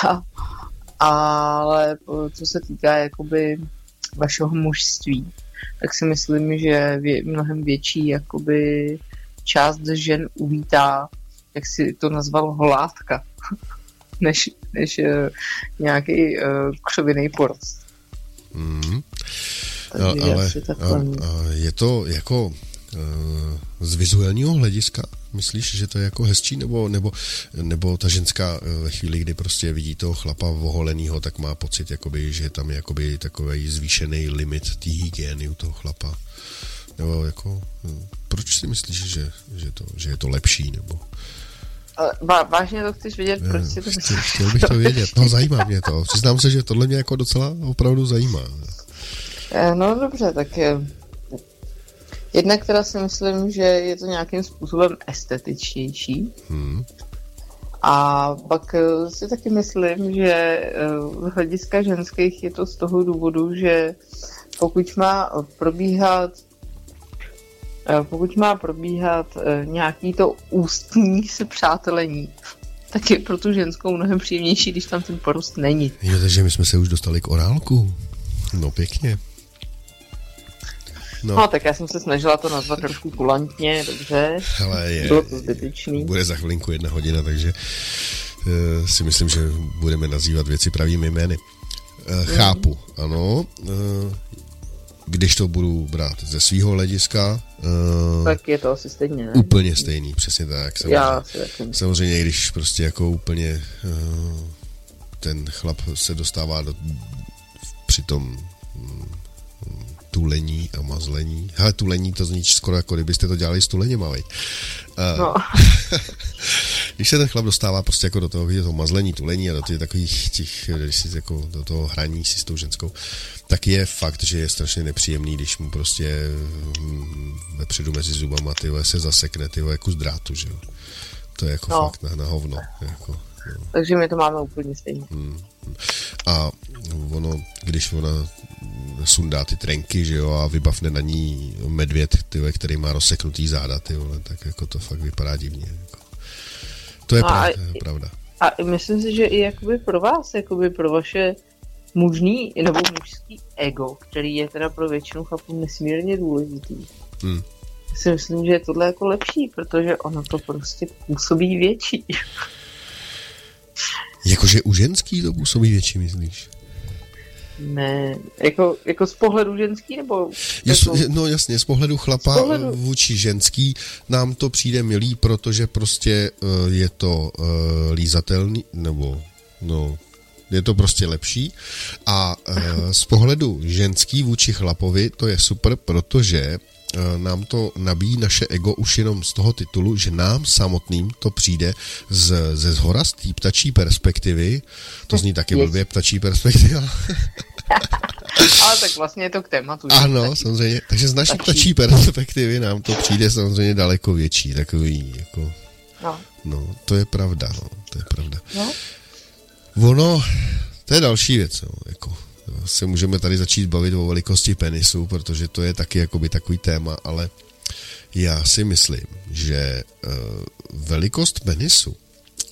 B: Ale co se týká jakoby vašeho mužství, tak si myslím, že vě, mnohem větší jakoby část žen uvítá, jak si to nazval, holátka, než, než uh, nějaký uh, křovinej porost.
A: Mm. No, ale a, a je to jako uh, z vizuálního hlediska, myslíš, že to je jako hezčí, nebo, nebo, nebo ta ženská ve chvíli, kdy prostě vidí toho chlapa voholenýho, tak má pocit, jakoby, že tam je jakoby takový zvýšený limit té hygieny u toho chlapa? Nebo jako, proč si myslíš, že, že, to, že je to lepší, nebo...
B: Ale vážně to chceš vědět,
A: ne,
B: proč si to myslíš?
A: Chtěl bych to vědět, no zajímá mě to. Přiznám se, že tohle mě jako docela opravdu zajímá.
B: No dobře, tak jednak teda si myslím, že je to nějakým způsobem estetičnější. Hmm. A pak si taky myslím, že z hlediska ženských je to z toho důvodu, že pokud má probíhat pokud má probíhat nějaký to ústní sepřátelení, tak je pro tu ženskou mnohem příjemnější, když tam ten porost není.
A: Jo, takže my jsme se už dostali k orálku. No pěkně.
B: No. no, tak já jsem se snažila to nazvat trošku kulantně, dobře.
A: Hele, je,
B: bylo to zbytečný.
A: Bude za chvilinku jedna hodina, takže uh, si myslím, že budeme nazývat věci pravými jmény. Uh, chápu, ano. Uh, když to budu brát ze svýho hlediska, uh,
B: tak je to asi stejně, ne?
A: Úplně stejný, přesně tak. Samozřejmě,
B: já
A: samozřejmě když prostě jako úplně uh, ten chlap se dostává do, při tom um, tulení a mazlení. Hele, tulení to zní skoro jako kdybyste to dělali s tuleněma, vej. Uh, no. Když se ten chlap dostává prostě jako do toho, do toho mazlení, tulení a do těch takových těch, když si jako do toho hraní si s tou ženskou, tak je fakt, že je strašně nepříjemný, když mu prostě hm, vepředu mezi zubama tyhle se zasekne tyhle kus drátu, že jo. To je jako no. fakt na, na hovno. Jako, no.
B: Takže my to máme úplně stejně.
A: Hmm. A ono, když ona sundá ty trenky, že jo, a vybavne na ní medvěd, tyhle, který má rozseknutý záda, tyhle, tak jako to fakt vypadá divně. Jako. To je
B: no
A: pravda,
B: a,
A: pravda.
B: A myslím si, že i jakoby pro vás, jakoby pro vaše mužný nebo mužský ego, který je teda pro většinu chlapů nesmírně důležitý. Hmm. Si myslím, že je tohle jako lepší, protože ono to prostě působí větší.
A: Jakože u ženský to působí větší, myslíš?
B: Ne, jako, jako z pohledu ženský, nebo...
A: Jas, no jasně, z pohledu chlapa z pohledu... vůči ženský nám to přijde milý, protože prostě uh, je to uh, lízatelný, nebo no, je to prostě lepší. A uh, z pohledu ženský vůči chlapovi to je super, protože nám to nabíjí naše ego už jenom z toho titulu, že nám samotným to přijde z, ze zhora, z té ptačí perspektivy. To zní taky blbě, ptačí perspektiva.
B: Ale tak vlastně je to k tématu.
A: Ano, ptačí. Samozřejmě. Takže z naší ptačí perspektivy nám to přijde samozřejmě daleko větší. Takový, jako... No. No, to je pravda, no. To je pravda. No. Ono, to je další věc, no, jako... se můžeme tady začít bavit o velikosti penisu, protože to je taky jakoby takový téma, ale já si myslím, že uh, velikost penisu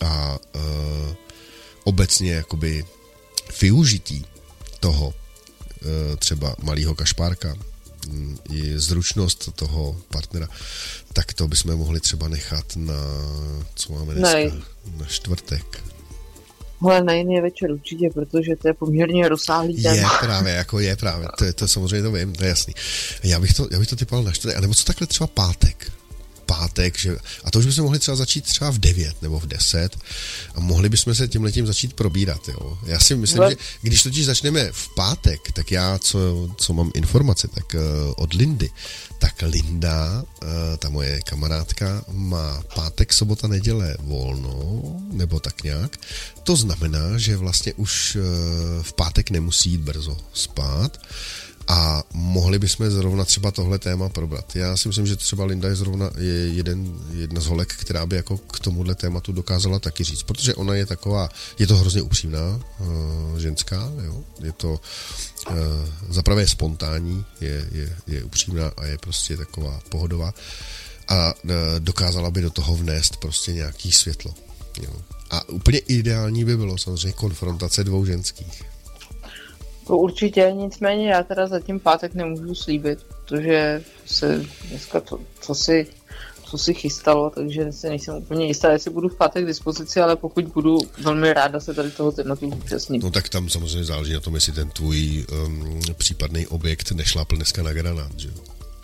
A: a uh, obecně jakoby využití toho uh, třeba malého kašpárka, um, i zručnost toho partnera, tak to bychom mohli třeba nechat na, co máme dneska, ne. na čtvrtek.
B: Ale na jiný večer určitě, protože to je poměrně rozsáhlý téma.
A: Je právě, jako je právě, to, je, to samozřejmě to vím, to je jasný. Já bych to, já bych to typal na čtvrtek, anebo co takhle třeba pátek. Pátek, že, a to už bychom mohli třeba začít třeba v devět nebo v deset a mohli bychom se tímhletím začít probírat, jo. Já si myslím, no. že když totiž začneme v pátek, tak já, co, co mám informace, tak uh, od Lindy, tak Linda, uh, ta moje kamarádka, má pátek, sobota, neděle volno, nebo tak nějak. To znamená, že vlastně už uh, v pátek nemusí jít brzo spát, a mohli bychom zrovna třeba tohle téma probrat. Já si myslím, že třeba Linda je zrovna je jeden, jedna z holek, která by jako k tomuhle tématu dokázala taky říct, protože ona je taková, je to hrozně upřímná uh, ženská, jo? Je to uh, zaprvé spontánní, je, je, je upřímná a je prostě taková pohodová a uh, dokázala by do toho vnést prostě nějaký světlo. Jo? A úplně ideální by bylo samozřejmě konfrontace dvou ženských.
B: To určitě, nicméně já teda zatím pátek nemůžu slíbit, protože se dneska to, co si, co si chystalo, takže si nejsem úplně jistá, jestli budu v pátek k dispozici, ale pokud budu, velmi ráda se tady toho tématu účastnit.
A: No tak tam samozřejmě záleží na tom, jestli ten tvůj um, případný objekt nešlápl dneska na granát, že jo?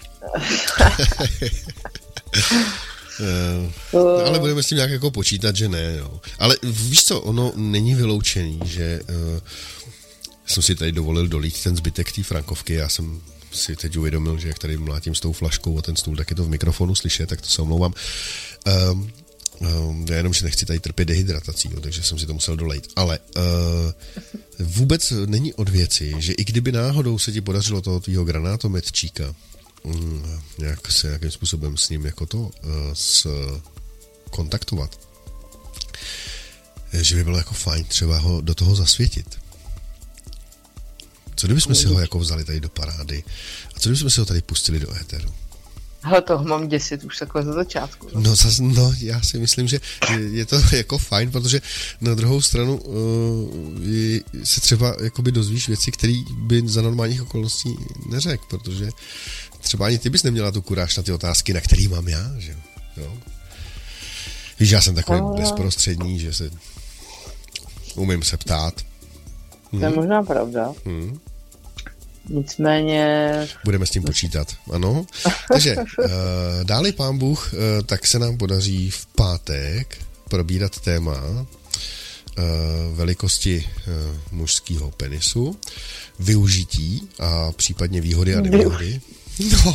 A: Uh, no, ale budeme s tím nějak jako počítat, že ne, jo. Ale víš co, ono není vyloučený, že uh, jsem si tady dovolil dolít ten zbytek té frankovky, já jsem si teď uvědomil, že jak tady mlátím s tou flaškou a ten stůl, tak je to v mikrofonu slyšet, tak to se omlouvám. Um, um, já jenom, že nechci tady trpět dehydratací, jo, takže jsem si to musel dolejt. Ale uh, vůbec není od věci, že i kdyby náhodou se ti podařilo toho tvýho granátometčíka um, nějak se nějakým způsobem s ním jako to uh, s, kontaktovat, že by bylo jako fajn třeba ho do toho zasvětit. Co kdybychom si ho jako vzali tady do parády a co kdybychom si ho tady pustili do éteru?
B: Ale toho mám děsit už takhle za začátku.
A: No, zas, no já si myslím, že je, je to jako fajn, protože na druhou stranu uh, je, se třeba jakoby dozvíš věci, které by za normálních okolností neřekl, protože třeba ani ty bys neměla tu kuráž na ty otázky, na který mám já, že jo? Víš, já jsem takový no, bezprostřední, že se umím se ptát.
B: To je možná pravda.
A: Hmm.
B: Nicméně...
A: Budeme s tím počítat, ano. Takže uh, dáli pán Bůh, uh, tak se nám podaří v pátek probírat téma uh, velikosti uh, mužského penisu, využití a případně výhody a nevýhody. No.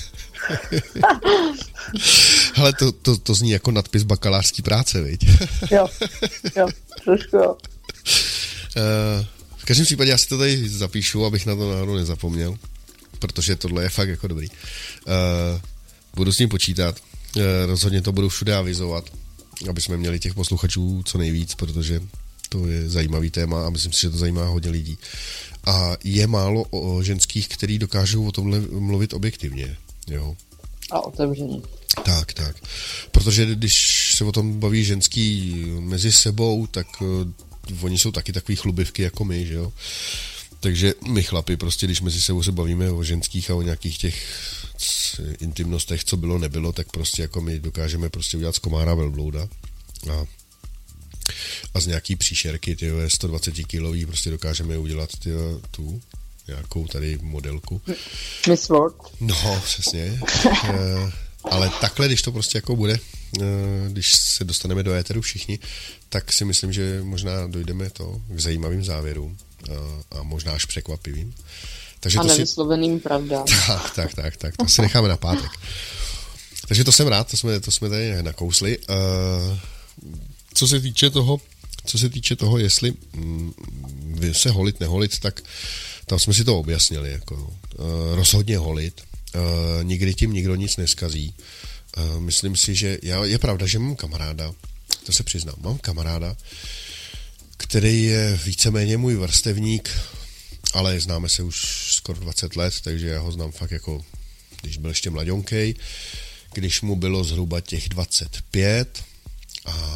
A: Ale to, to, to zní jako nadpis bakalářský práce, viď?
B: Jo, jo, trošku jo.
A: Uh, v každém případě já si to tady zapíšu, abych na to náhodou nezapomněl, protože tohle je fakt jako dobrý. Uh, budu s ním počítat, uh, rozhodně to budu všude avizovat, aby jsme měli těch posluchačů co nejvíc, protože to je zajímavý téma a myslím si, že to zajímá hodně lidí. A je málo o ženských, který dokážou o tomhle mluvit objektivně. Jo.
B: A otevřeně.
A: Tak, tak. Protože když se o tom baví ženský mezi sebou, tak uh, oni jsou taky takový chlubivky jako my, že jo. Takže my chlapi prostě, když mezi sebou se bavíme o ženských a o nějakých těch intimnostech, co bylo, nebylo, tak prostě jako my dokážeme prostě udělat z komára velblouda a, a z nějaký příšerky, tyjo, sto dvacet kilový, prostě dokážeme udělat tyjo, tu nějakou tady modelku.
B: Miss World.
A: No, přesně. e, ale takhle, když to prostě jako bude, když se dostaneme do éteru všichni, tak si myslím, že možná dojdeme to k zajímavým závěrům a, a možná až překvapivým. Takže
B: a
A: to
B: nevysloveným si... pravda.
A: Tak, tak, tak, tak, to si necháme na pátek. Takže to jsem rád, to jsme, to jsme tady nakousli. Uh, co se týče toho, co se týče toho, jestli mm, se holit, neholit, tak tam jsme si to objasnili. Jako, uh, rozhodně holit. Uh, nikdy tím nikdo nic neskazí. Uh, myslím si, že já, je pravda, že mám kamaráda, to se přiznám, mám kamaráda, který je víceméně můj vrstevník, ale známe se už skoro dvacet let, takže já ho znám fakt jako, když byl ještě mladionkej, když mu bylo zhruba těch dvacet pět a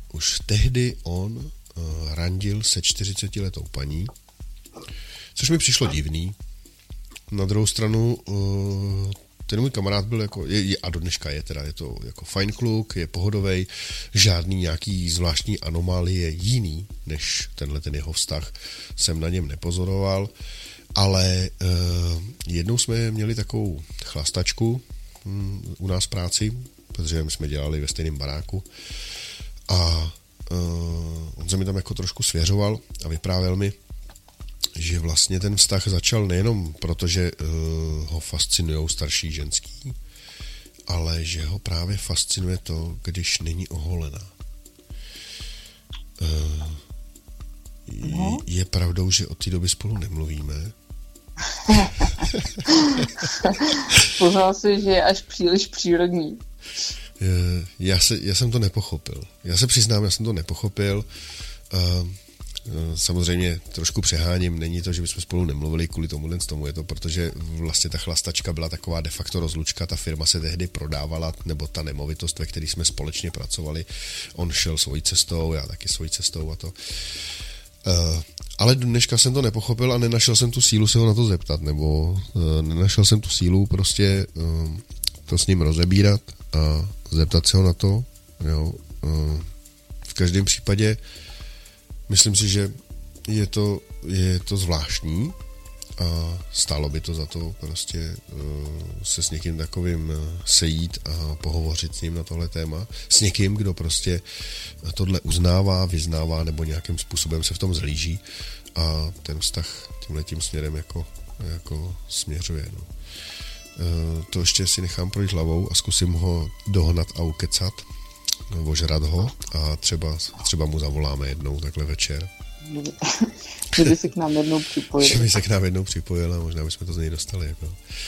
A: už tehdy on uh, randil se čtyřicetiletou paní, což mi přišlo divný. Na druhou stranu uh, ten můj kamarád byl jako, je, je, a do dneška je teda, je to jako fajn kluk, je pohodovej, žádný nějaký zvláštní anomálie jiný, než tenhle ten jeho vztah jsem na něm nepozoroval, ale uh, jednou jsme měli takovou chlastačku um, u nás v práci, protože my jsme dělali ve stejném baráku a uh, on se mi tam jako trošku svěřoval a vyprávěl mi, že vlastně ten vztah začal nejenom proto, že uh, ho fascinujou starší ženský, ale že ho právě fascinuje to, když není oholená. Uh, je, je pravdou, že od té doby spolu nemluvíme.
B: Poznal si, že je až příliš přírodní.
A: Uh, já, se, já jsem to nepochopil. Já se přiznám, já jsem to nepochopil. Uh, Samozřejmě trošku přeháním, není to, že bychom spolu nemluvili kvůli tomu, tomu je to, protože vlastně ta chlastačka byla taková de facto rozlučka, ta firma se tehdy prodávala, nebo ta nemovitost, ve které jsme společně pracovali, on šel svojí cestou, já taky svojí cestou a to. Uh, ale do dneška jsem to nepochopil a nenašel jsem tu sílu se ho na to zeptat, nebo uh, nenašel jsem tu sílu prostě uh, to s ním rozebírat a zeptat se ho na to, jo. Uh, v každém případě myslím si, že je to, je to zvláštní a stálo by to za to prostě uh, se s někým takovým sejít a pohovořit s ním na tohle téma. S někým, kdo prostě tohle uznává, vyznává nebo nějakým způsobem se v tom zhlíží a ten vztah tímhletím směrem jako, jako směřuje. No. Uh, to ještě si nechám projít hlavou a zkusím ho dohnat a ukecat, ožrat ho a třeba, třeba mu zavoláme jednou takhle večer.
B: Kdyby se k nám jednou připojil.
A: Kdyby se k nám jednou připojil a možná bychom to z něj dostali. Jako.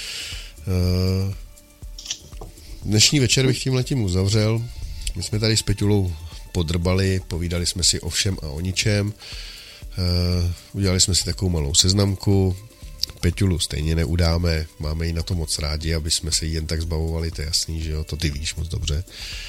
A: Uh, dnešní večer bych tímhletím uzavřel. My jsme tady s Peťulou podrbali, povídali jsme si o všem a o ničem. Uh, udělali jsme si takovou malou seznamku. Peťulu stejně neudáme, máme ji na to moc rádi, aby jsme se jí jen tak zbavovali, to je jasný, že jo, to ty víš moc dobře.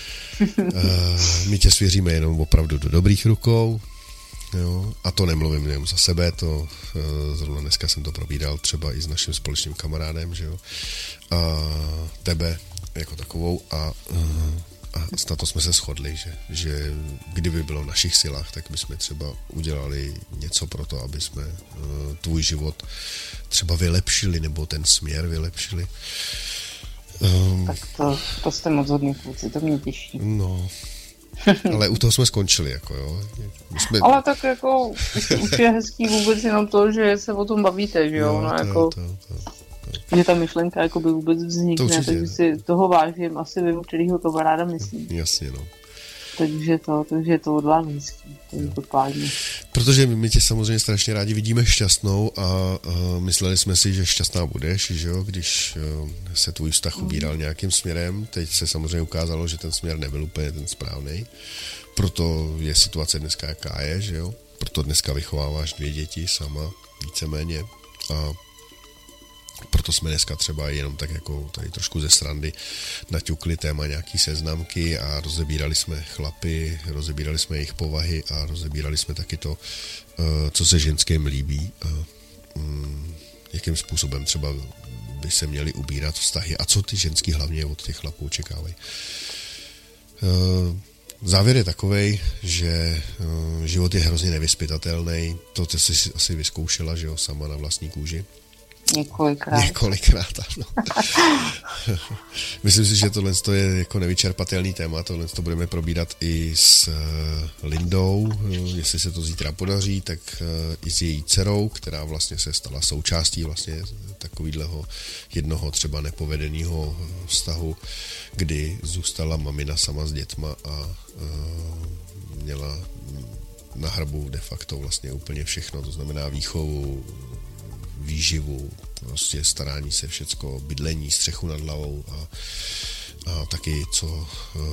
A: Uh, my tě svěříme jenom opravdu do dobrých rukou, jo? A to nemluvím jenom za sebe, to uh, zrovna dneska jsem to probídal třeba i s naším společným kamarádem, že jo, a tebe jako takovou a, uh, a na to jsme se shodli, že, že kdyby bylo v našich silách, tak bychom třeba udělali něco pro to, aby jsme uh, tvůj život třeba vylepšili, nebo ten směr vylepšili. Um,
B: tak to, to jste moc hodný kluci, to mě těší.
A: No, ale u toho jsme skončili, jako jo. My jsme...
B: Ale tak jako už je hezký vůbec jenom to, že se o tom bavíte, že jo, no, no jako, to, to, to, to. Že ta myšlenka jako by vůbec vznikne, takže si toho vážím, asi vím, kterýho kamaráda myslím.
A: Jasně, no.
B: Takže to, takže to od vás hezký, to je to pádně.
A: Protože my tě samozřejmě strašně rádi vidíme šťastnou a, a mysleli jsme si, že šťastná budeš, že jo, když se tvůj vztah ubíral nějakým směrem. Teď se samozřejmě ukázalo, že ten směr nebyl úplně ten správný. Proto je situace dneska jaká je, že jo. Proto dneska vychováváš dvě děti sama, víceméně. A proto jsme dneska třeba jenom tak jako tady trošku ze srandy naťukli téma nějaký seznamky a rozebírali jsme chlapy, rozebírali jsme jejich povahy a rozebírali jsme taky to, co se ženským líbí a jakým způsobem třeba by se měly ubírat vztahy a co ty ženský hlavně od těch chlapů očekávají. Závěr je takovej, že život je hrozně nevyzpytatelný, to ty jsi asi vyzkoušela, že jo, sama na vlastní kůži.
B: Několikrát.
A: Několikrát, ano. Myslím si, že tohle je jako nevyčerpatelný téma, tohle to budeme probírat i s Lindou, jestli se to zítra podaří, tak i s její dcerou, která vlastně se stala součástí vlastně takovýhleho jednoho třeba nepovedeného vztahu, kdy zůstala mamina sama s dětma a měla na hrbu de facto vlastně úplně všechno, to znamená výchovu, výživu, prostě starání se všecko, bydlení, střechu nad hlavou a, a taky co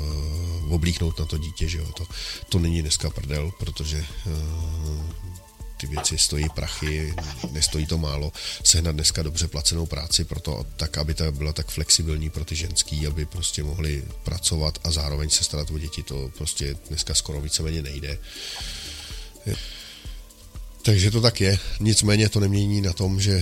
A: uh, oblíknout na to dítě, že jo, to, to není dneska prdel, protože uh, ty věci stojí prachy, nestojí to málo. Sehnat dneska dobře placenou práci, proto tak, aby ta byla tak flexibilní pro ty ženský, aby prostě mohli pracovat a zároveň se starat o děti, to prostě dneska skoro víceméně nejde. Takže to tak je. Nicméně to nemění na tom, že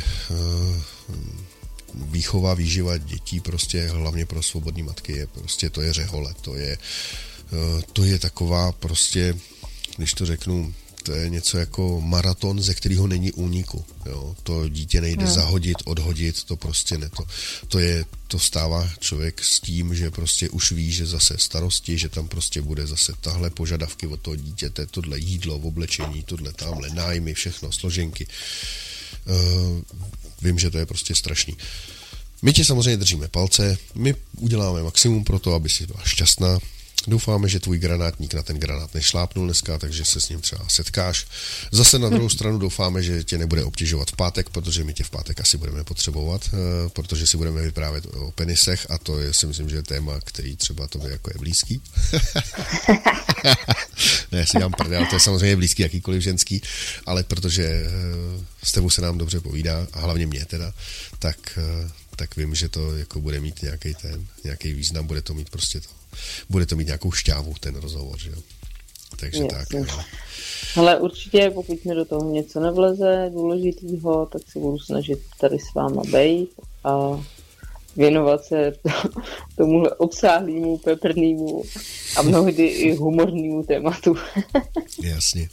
A: výchova, výživa dětí prostě hlavně pro svobodní matky je prostě, to je řehole, to je, to je taková prostě, když to řeknu, to je něco jako maraton, ze kterého není úniku. Jo? To dítě nejde hmm. zahodit, odhodit, to prostě ne. To, to, je, to stává člověk s tím, že prostě už ví, že zase starosti, že tam prostě bude zase tahle požadavky od toho dítěte, tohle jídlo, oblečení, tohle tamhle, nájmy, všechno, složenky. Uh, vím, že to je prostě strašný. My ti samozřejmě držíme palce, my uděláme maximum pro to, aby si byla šťastná. Doufáme, že tvůj granátník na ten granát nešlápnul dneska, takže se s ním třeba setkáš. Zase na druhou stranu doufáme, že tě nebude obtěžovat v pátek, protože my tě v pátek asi budeme potřebovat, protože si budeme vyprávět o penisech a to je, si myslím, že je téma, který třeba tobě jako je blízký. Ne, si dám prdel, to je samozřejmě blízký jakýkoliv ženský, ale protože s tebou se nám dobře povídá a hlavně mě teda, tak, tak vím, že to jako bude mít nějaký ten, nějaký význam, bude to mít prostě to. Bude to mít nějakou šťávu, ten rozhovor, že jo? Takže yes, tak. Yes.
B: Ale určitě, pokud mi do toho něco nevleze důležitýho, tak se budu snažit tady s váma bejt a věnovat se tomuhle obsáhlému, peprnému a mnohdy i humornému tématu.
A: Jasně.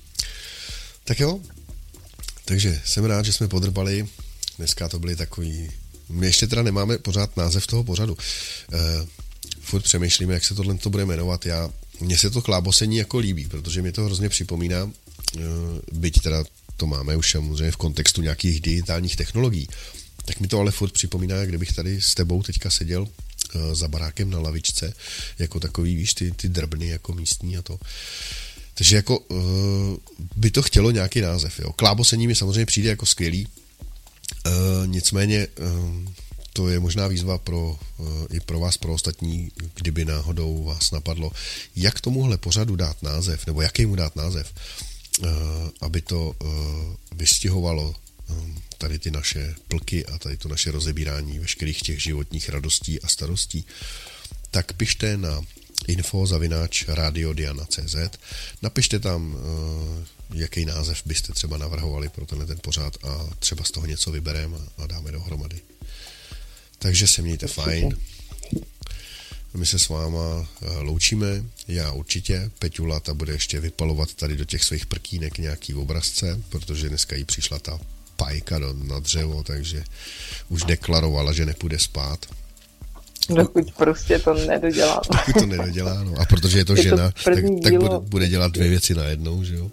A: Tak jo. Takže jsem rád, že jsme podrbali. Dneska to byly takový... My ještě teda nemáme pořád název toho pořadu. Uh, furt přemýšlíme, jak se tohle to bude jmenovat. Já, mně se to klábosení jako líbí, protože mě to hrozně připomíná, byť teda to máme už samozřejmě v kontextu nějakých digitálních technologií, tak mi to ale furt připomíná, kdybych tady s tebou teďka seděl za barákem na lavičce, jako takový, víš, ty, ty drbny jako místní a to. Takže jako by to chtělo nějaký název, jo. Klábosení mi samozřejmě přijde jako skvělý, nicméně to je možná výzva pro, i pro vás, pro ostatní, kdyby náhodou vás napadlo, jak tomuhle pořadu dát název, nebo jaký mu dát název, aby to vystihovalo tady ty naše plky a tady to naše rozebírání veškerých těch životních radostí a starostí, tak pište na info zavináč radiodiana tečka cé zet, napište tam, jaký název byste třeba navrhovali pro tenhle ten pořad a třeba z toho něco vybereme a dáme dohromady. Takže se mějte fajn. My se s váma loučíme, já určitě. Peťula ta bude ještě vypalovat tady do těch svých prkínek nějaký obrazce, protože dneska jí přišla ta pajka do, na dřevo, takže už deklarovala, že nepůjde spát.
B: Dokud prostě to nedodělá.
A: Dokud to nedodělá, no. A protože je to je žena, to tak, tak bude, bude dělat dvě věci najednou, že jo.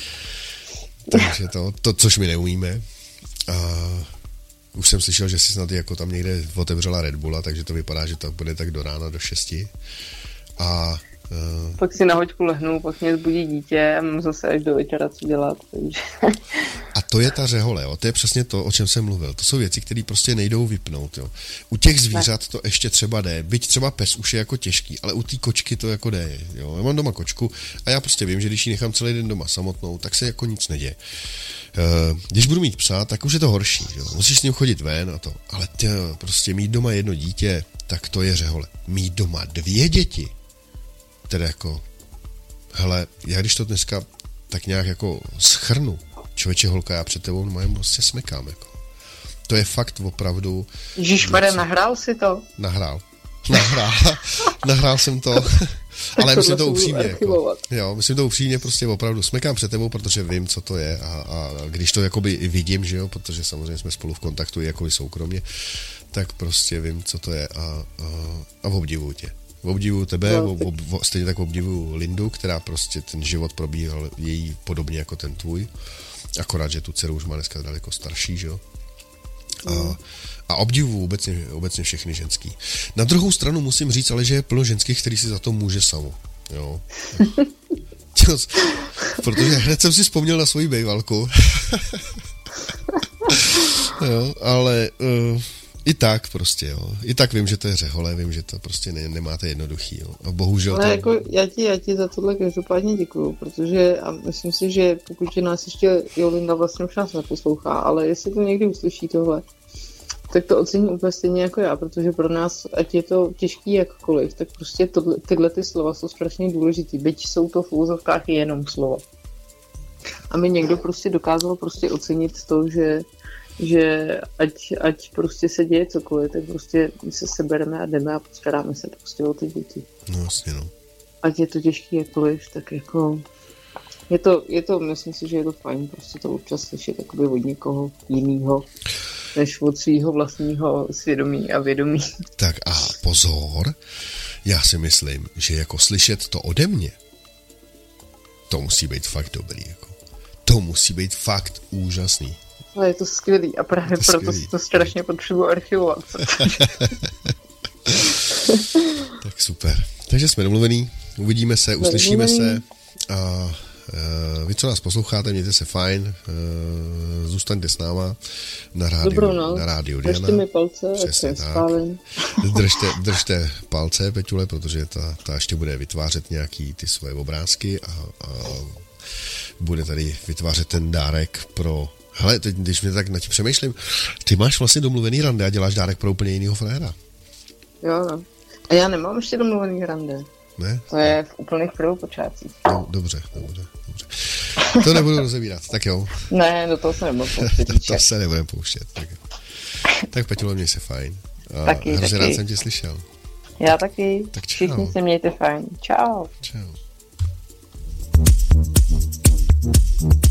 A: Takže to, to což my neumíme. A už jsem slyšel, že si snad jako tam někde otevřela Red Bulla, takže to vypadá, že to bude tak do rána, do šesti. A uh,
B: pak si na hoďku lehnu, pak mě zbudí dítě a mám zase až do večera co dělat. Takže...
A: A to je ta řehole, jo? To je přesně to, o čem jsem mluvil. To jsou věci, které prostě nejdou vypnout. Jo? U těch zvířat ne. To ještě třeba jde, byť třeba pes už je jako těžký, ale u té kočky to jako jde. Jo? Já mám doma kočku a já prostě vím, že když ji nechám celý den doma samotnou, tak se jako nic neděje. Když budu mít psa, tak už je to horší. Jo? Musíš s ním chodit ven a to. Ale tě, prostě mít doma jedno dítě, tak to je řehole. Mít doma dvě děti, tedy jako, hele, já když to dneska tak nějak jako schrnu, člověče, holka, já před tebou majem prostě smekám, jako. To je fakt opravdu...
B: Ježišmarja, nahrál si to?
A: Nahrál. Nahrál. Nahrál jsem to. Ale myslím to upřímně. Jako, jo, myslím to upřímně, prostě opravdu smekám před tebou, protože vím, co to je a, a když to jakoby vidím, že jo, protože samozřejmě jsme spolu v kontaktu jako i soukromně, tak prostě vím, co to je a, a, a obdivuju tě. Obdivuju tebe, no, ob, ob, stejně tak obdivuju Lindu, která prostě ten život probíhal její podobně jako ten tvůj. Akorát, že tu dceru už má dneska daleko starší, že jo. A, mm. a obdivuju obecně, obecně všechny ženský. Na druhou stranu musím říct, ale že je plno ženských, který si za to může samo. Jo. Protože hned jsem si vzpomněl na svoji bejvalku. Jo, ale uh, I tak prostě, jo. I tak vím, že to je řehole, vím, že to prostě ne, nemáte jednoduchý, jo. A bohužel
B: ale
A: to...
B: jako já ti, já ti za tohle každopádně děkuju, protože a myslím si, že pokud je nás ještě Jolinda vlastně už nás neposlouchá, ale jestli to někdy uslyší tohle, tak to ocení úplně stejně jako já, protože pro nás, ať je to těžký jakkoliv, tak prostě tohle, tyhle ty slova jsou strašně důležitý, byť jsou to v úzovkách jenom slova. A mi někdo prostě dokázal prostě ocenit to, že že ať, ať prostě se děje cokoliv, tak prostě my se sebereme a jdeme a postaráme se prostě o ty děti.
A: No vlastně, no.
B: Ať je to těžký jakkoliv, tak jako je to, je to, myslím si, že je to fajn prostě to občas slyšet jakoby od někoho jinýho, než od svýho vlastního svědomí a vědomí.
A: Tak a pozor, já si myslím, že jako slyšet to ode mě, to musí být fakt dobrý, jako. To musí být fakt úžasný.
B: Ale je to skvělý a právě
A: to
B: proto si to strašně potřebuji archivovat.
A: Tak super. Takže jsme domluvený, uvidíme se, uslyšíme se a uh, vy, co nás posloucháte, mějte se fajn, uh, zůstaňte s náma na rádiu, na rádiu Diana.
B: Držte mi palce,
A: přesně tak. Držte, držte palce, Peťule, protože ta, ta ještě bude vytvářet nějaký ty svoje obrázky a, a bude tady vytvářet ten dárek pro... Hele, teď, když mě tak na tím přemýšlím, ty máš vlastně domluvený rande a děláš dárek pro úplně jinýho fréra.
B: Jo, no. A já nemám ještě domluvený rande.
A: Ne?
B: To je v úplných prvopočátcích.
A: No, dobře, dobře, dobře. To nebudu rozebírat, tak jo.
B: Ne, do toho se nebudu pouštět.
A: To se nebudeme pouštět. Tak, tak Peťulo, měj se fajn. A
B: taky,
A: hrozně
B: taky.
A: rád jsem tě slyšel.
B: Já taky.
A: Tak čau.
B: Všichni se mějte fajn. Čau.
A: Čau.